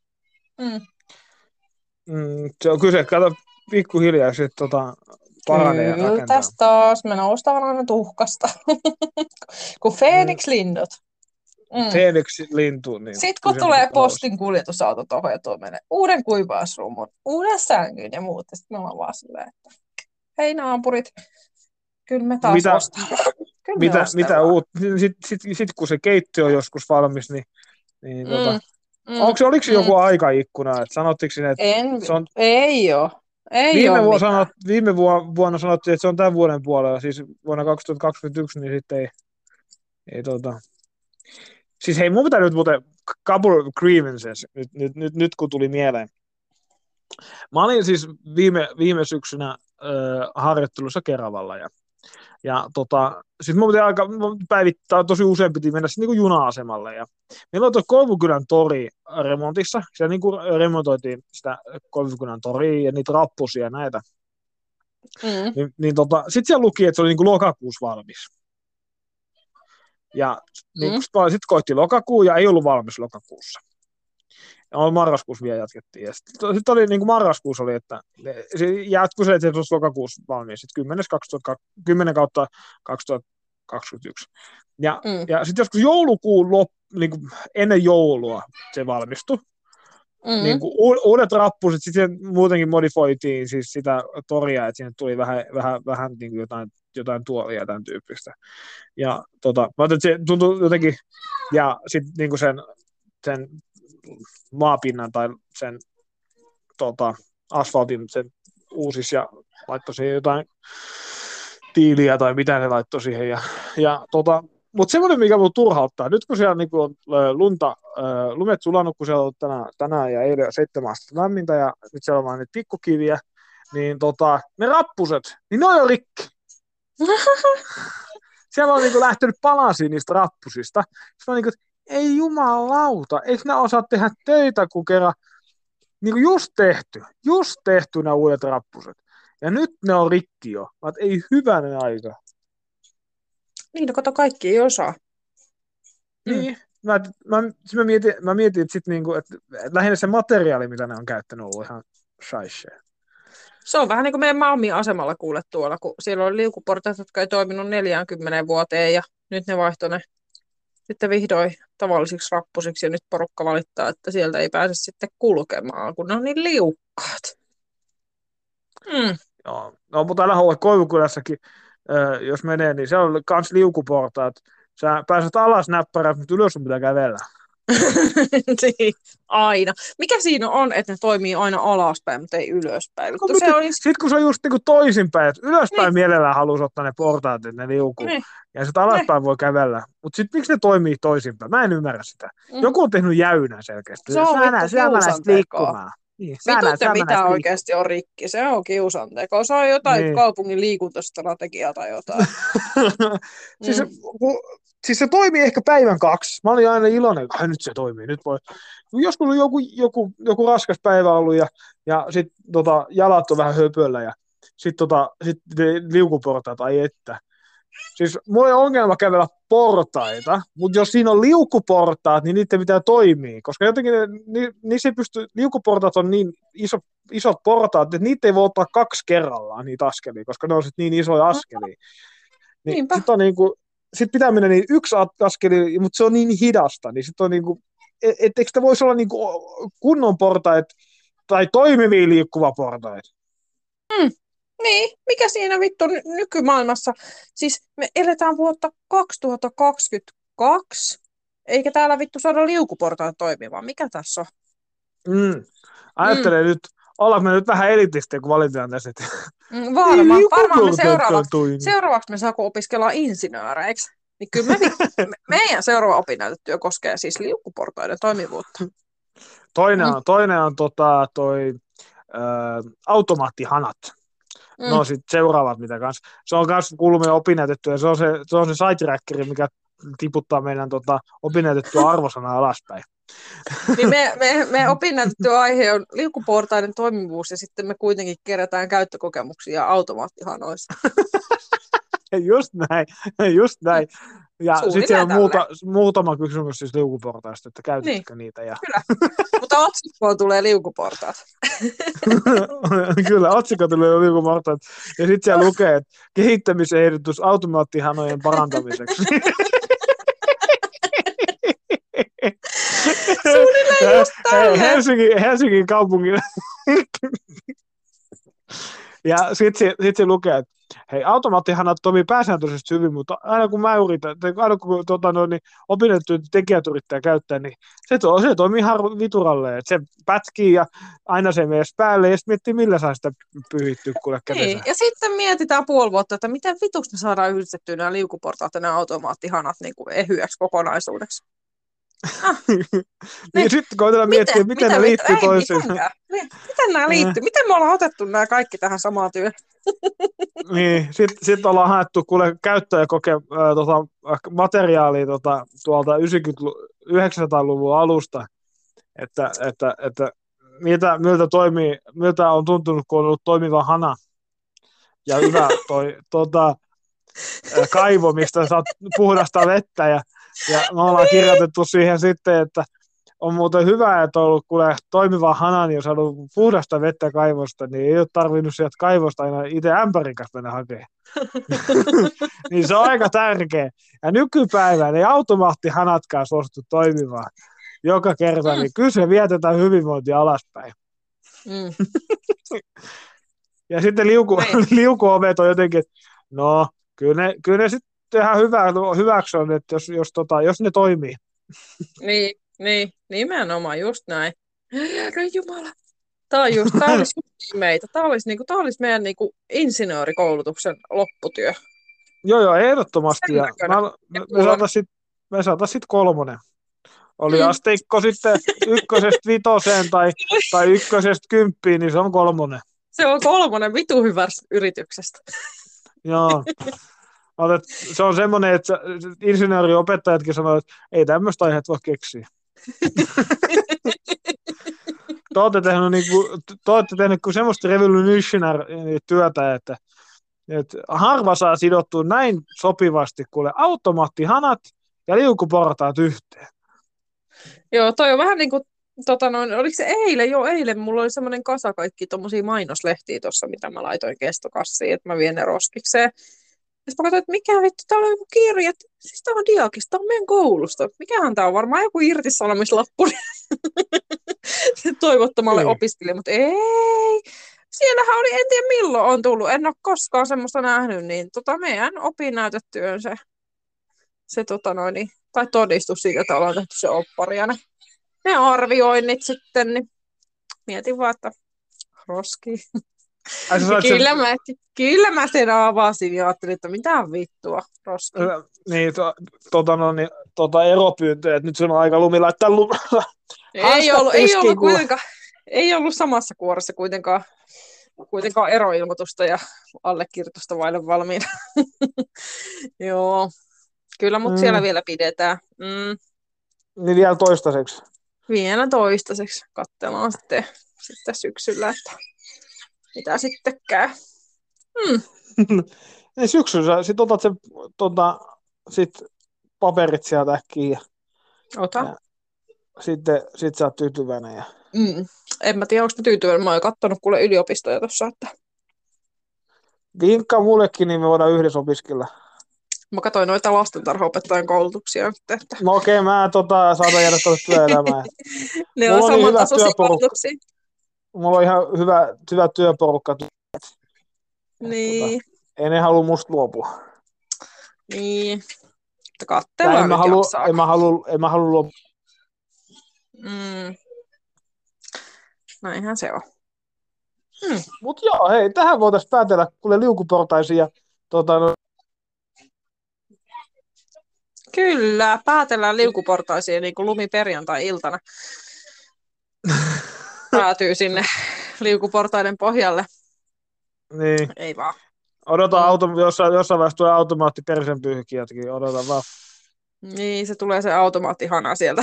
Speaker 1: Se on kyse, kato pikkuhiljaa sitten paranee ja rakentaa.
Speaker 3: Tästä taas, me noustaan aina tuhkasta. Kun Phoenix-linnut.
Speaker 1: Phoenix-lintu. Niin
Speaker 3: sitten kun tulee postin kuljetusauto tuohon ja tuo menee uuden kuivausruumun, uuden sängyn ja muuta, sitten me ollaan vaan silleen, että hei naapurit, kyllä me taas ostamme.
Speaker 1: Mitä uutta? Sitten kun se keittiö on joskus valmis, niin oliko se joku aikaikkuna? Että sanottiinko sinne, että
Speaker 3: ei ole.
Speaker 1: Viime vuonna sanottiin, että se on tämän vuoden puolella, siis vuonna 2021, niin sitten ei Siis hei, mun pitää nyt muuten couple of grievances, nyt kun tuli mieleen. Mä olin siis viime syksynä harjoittelussa Keravalla ja siis mun pitää päivittää tosi usein piti mennä niin kuin juna-asemalle ja meillä on tuo Koivukylän tori remontissa, siellä niin kuin remontoitiin sitä Koivukylän toria ja niitä rappusia ja näitä. Sitten siellä luki, että se oli niin kuin lokakuussa valmis. Ja niin sitten koitti lokakuu ja ei ollut valmis lokakuussa. Ja marraskuussa vielä jatkettiin. Ja sitten oli niin kuin marraskuussa oli, että se jatkui se, että se olisi lokakuussa valmis. Sitten 10.2021. Ja sitten joskus joulukuun niin kuin ennen joulua se valmistui. Niin kuin uudet rappuset, sitten muutenkin modifoitiin siis sitä toria, että siinä tuli vähän niin kuin jotain tuolia tämän tyyppistä. Ja mä ajattelin, että se tuntui jotenkin, ja sitten niin kuin sen maapinnan tai sen asfaltin sen uusis ja laittoi siihen jotain tiiliä tai mitä ne laittoi siihen. Mutta semmoinen, mikä minua turhauttaa, nyt kun siellä niinku on lumet sulannut, kun siellä on tänään ja eilen 7 astetta lämmintä ja nyt siellä on vain niitä pikkukiviä, niin ne rappuset, niin ne on jo rikki. Siellä on niinku lähtenyt palasia niistä rappusista. Sitten on niinku, ei jumalauta, eikö nämä osaa tehdä töitä, kun kerran niinku just tehty nämä uudet rappuset. Ja nyt ne on rikki jo. Ei hyvänen aika.
Speaker 3: Niin, no kato, kaikki ei osaa.
Speaker 1: Niin, mä mietin että, niinku, että lähinnä se materiaali, mitä ne on käyttänyt, on ollut ihan shaishea.
Speaker 3: Se on vähän niin kuin meidän Malmin asemalla kuulet tuolla, kun siellä oli liukuportaat, jotka ei toiminut 40 vuoteen ja nyt ne vaihtoi ne sitten vihdoin tavallisiksi rappusiksi ja nyt porukka valittaa, että sieltä ei pääse sitten kulkemaan, kun ne on niin liukkaat.
Speaker 1: Joo, no mutta älä ole Koivukylässäkin, jos menee, niin siellä on myös liukuportaat. Sä pääset alas näppärät, mutta ylös sun pitää kävellä.
Speaker 3: Aina. Mikä siinä on, että ne toimii aina alaspäin, mutta ei ylöspäin?
Speaker 1: Sitten kun se on just niin toisinpäin, että ylöspäin mielellään haluaisi ottaa ne portaat, että ne liukuu. Ja sitten alaspäin voi kävellä. Mutta sitten miksi ne toimii toisinpäin? Mä en ymmärrä sitä. Joku on tehnyt jäynää selkeästi.
Speaker 3: Se on
Speaker 1: liikkumaan. Niin,
Speaker 3: vitut mitä oikeasti on rikki. Se on kiusanteko. Se on jotain kaupungin liikuntastrategiaa tai jotain.
Speaker 1: Siis se toimii ehkä päivän 2. Mä olin aina iloinen, että nyt se toimii. Nyt voi. Joskus on joku raskas päivä ollut ja sitten jalat on vähän höpöllä ja sitten liukuportaat, ai että. Siis mulla ei ole ongelma kävellä portaita, mutta jos siinä on liukuportaat, niin niiden pitää toimia, koska jotenkin niissä ei pysty, liukuportaat on niin isot portaat, että niitä ei voi ottaa 2 kerrallaan niitä askelia, koska ne on sitten niin isoja askelia. Niin sitten pitää mennä niin 1 askeli, mutta se on niin hidasta, niin sitten on niinku, etteikö sitä voisi olla niinku kunnon portaat tai toimivia liikkuva portaat?
Speaker 3: Niin, mikä siinä vittu nykymaailmassa? Siis me eletään vuotta 2022, eikä täällä vittu saada liukuportaat toimimaan. Mikä tässä on?
Speaker 1: Ajattelen nyt, ollaanko me nyt vähän elitistä, kun valitaan tässä.
Speaker 3: Varmaan me seuraavaksi me saako opiskella insinööreiksi. Niin kyllä meidän seuraava opinnäytetyö koskee siis liukuportaiden toimivuutta.
Speaker 1: Toinen on toi automaattihanat. No sitten seuraavat mitä kanssa. Se on myös kuuluminen opinnäytettyä, ja se on se sidetrackeri, mikä tiputtaa meidän opinnäytettyä arvosanaa alaspäin.
Speaker 3: Niin me opinnäytetty aihe on liukuportaiden toimivuus, ja sitten me kuitenkin kerätään käyttökokemuksia automaattihanoista.
Speaker 1: Just näin. Ja sitten siellä on
Speaker 3: tälleen.
Speaker 1: muutama kysymys siis liukuportaista, että käytätkö niitä. Ja...
Speaker 3: Kyllä, mutta otsikkoon tulee liukuportaat.
Speaker 1: Kyllä, otsikko tulee liukuportaat. Ja sitten siellä lukee, että kehittämisehdotus automaattihanojen parantamiseksi.
Speaker 3: Suunnilleen just tälleen.
Speaker 1: Helsingin kaupungin. Ja sitten se lukee, että hei, automaattihanat toimii pääsääntöisesti hyvin, mutta aina kun mä yritän, aina kun opinnettu tekijät yrittää käyttää, niin se toimii ihan vituralle. Että se pätkii ja aina se menee päälle ja sitten miettii, millä saa sitä pyhittyä kuule kädessä.
Speaker 3: Niin, ja sitten mietitään puoli vuotta, että miten vitusti me saadaan yhdistettyä nämä liukuportaat ja nämä automaattihanat niin kuin ehyeksi kokonaisuudeksi.
Speaker 1: Niin sitten koitetaan miettiä, miten ne liittyy toisiinsa.
Speaker 3: Miten nämä liittyy? Miten me ollaan otettu nämä kaikki tähän samaan työhön?
Speaker 1: Niin, sitten ollaan haettu kuule materiaalia tuolta 900-luvun alusta, että miltä on tuntunut, kun on ollut toimiva hana ja hyvä kaivo, mistä saat puhdasta vettä ja me ollaan kirjoitettu siihen sitten, että on muuten hyvä, että on ollut toimiva hana, niin jos on ollut puhdasta vettä kaivosta, niin ei ole tarvinnut sieltä kaivosta aina itse ämpärin kanssa mennä hakemaan. Niin se on aika tärkeä. Ja nykypäivään ei automaattihanatkaan suostu toimimaan joka kerta, niin kyllä se vietetään hyvinvointia alaspäin. Ja sitten liukuovet on jotenkin, no kyllä ne sitten ihan hyväksi on, että jos ne toimii.
Speaker 3: Niin, nimenomaan just näin. Herra Jumala. Tämä olisi meitä. Tämä olisi meidän niinku insinöörikoulutuksen lopputyö.
Speaker 1: Joo, ehdottomasti. Ja me saataisiin sitten 3. Oli asteikko sitten 1-5 tai 1-10, niin se on 3.
Speaker 3: Se on 3 vitu hyvästä yrityksestä.
Speaker 1: Joo. Se on semmoinen, että insinööriopettajatkin sanoo, että ei tämmöistä aiheet voi keksiä. Te olette tehnyt semmoista revolutionary-työtä, että harva saa sidottua näin sopivasti kuule automaattihanat ja liukuportaat yhteen.
Speaker 3: Joo, toi on vähän niin kuin, oliko se eilen? Joo, eilen mulla oli semmoinen kasa kaikki tommosia mainoslehtiä tuossa, mitä mä laitoin kestokassiin, että mä vien ne roskikseen. Ja sitten mä katsoin, että mikä vittu, täällä on joku kirja, että siis tää on diakista, tää on meidän koulusta. Mikähän tää on, varmaan joku irtisanomislappu toivottomalle opiskelijalle, mutta ei. Siellähän oli, en tiedä milloin on tullut, en ole koskaan semmoista nähnyt, niin meidän opinnäytetyön tai todistus siitä, että ollaan tehty se oppari ja ne arvioinnit sitten, niin mietin vaan, että roski. Kyllä mä sen avasin ja ajattelin, että mitä vittua, roski.
Speaker 1: Niin, eropyyntöjä, että nyt se on aika lumi laittaa
Speaker 3: ei ollut samassa kuorossa kuitenkaan eroilmoitusta ja allekirjoitusta vaille valmiina. Joo, kyllä, mutta siellä vielä pidetään.
Speaker 1: Niin vielä toistaiseksi?
Speaker 3: Vielä toistaiseksi. Katsellaan sitten syksyllä, että mitä sitten käy.
Speaker 1: Niin syksyllä sitten otat sit paperit sieltä äkkiä.
Speaker 3: Ota.
Speaker 1: Ja sitten sä oot tyytyväinen. Ja...
Speaker 3: En mä tiedä, onko mä tyytyväinen. Mä oon kattonut kuule yliopistoja tuossa. Että...
Speaker 1: Vinkkaa mullekin, niin me voidaan yhdessä opiskella.
Speaker 3: Mä katsoin noita lastentarhaopettajan koulutuksia. Että...
Speaker 1: No okei, mä saatan jäädä tuolle työelämään.
Speaker 3: Ne on samantasoisia koulutuksia.
Speaker 1: Mulla on ihan hyvä työporukka.
Speaker 3: Niin.
Speaker 1: Ei ne halua musta luopua.
Speaker 3: Niin. Katsellaan
Speaker 1: en mä halua luopua.
Speaker 3: Näinhän se on.
Speaker 1: Mut joo, hei, tähän voitaisiin päätellä kuule liukuportaisia.
Speaker 3: Kyllä, päätellään liukuportaisia niin kuin lumiperjantai-iltana. Päätyy sinne liukuportaiden pohjalle.
Speaker 1: Niin.
Speaker 3: Ei vaan.
Speaker 1: Odota, jossain vaiheessa tulee automaattipersenpyyhkijätkin, odota vaan.
Speaker 3: Niin, se tulee se automaattihana sieltä.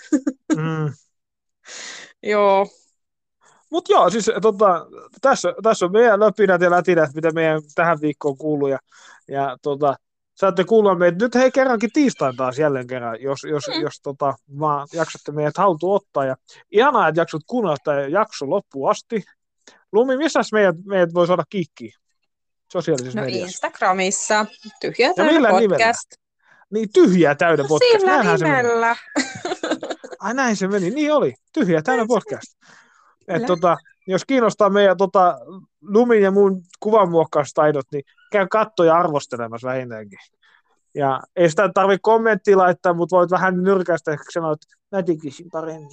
Speaker 3: Joo.
Speaker 1: Mut joo, siis tässä on meidän löpinät ja lätinät, mitä meidän tähän viikkoon kuuluu. Ja saatte kuulla meitä nyt kerrankin tiistain taas jälleen kerran, jos vaan jaksatte meidät haltuun ottaa. Ja ihanaa, että jaksot kuunnella tämä jakso loppuun asti. Lumi, missä meidät voi saada kiikkiin? Sosiaalisessa mediassa.
Speaker 3: Instagramissa. Tyhjä täynnä podcast.
Speaker 1: Nimellä? Niin, tyhjää täynnä podcast.
Speaker 3: Sillä nimellä.
Speaker 1: Ai näin se meni. Niin oli. Tyhjää täynnä podcast. Jos kiinnostaa meidän Lumin ja mun kuvanmuokkaustaidot, niin käy katsoa ja arvostelemassa vähintäänkin. Ja ei sitä tarvitse kommenttia laittaa, mutta voit vähän nyrkäistä ja sanoa, että mä tekisin paremmin.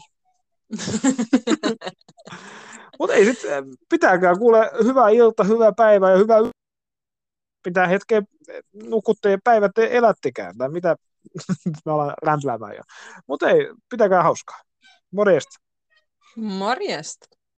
Speaker 1: Mutta ei sitten, pitääkään kuule hyvää ilta, hyvää päivää ja hyvää pitää hetken nukutte ja päivät elättekään, tai mitä me ollaan rämpläämään jo. Mutta ei, pitäkää hauskaa. Morjesta.
Speaker 3: Morjesta.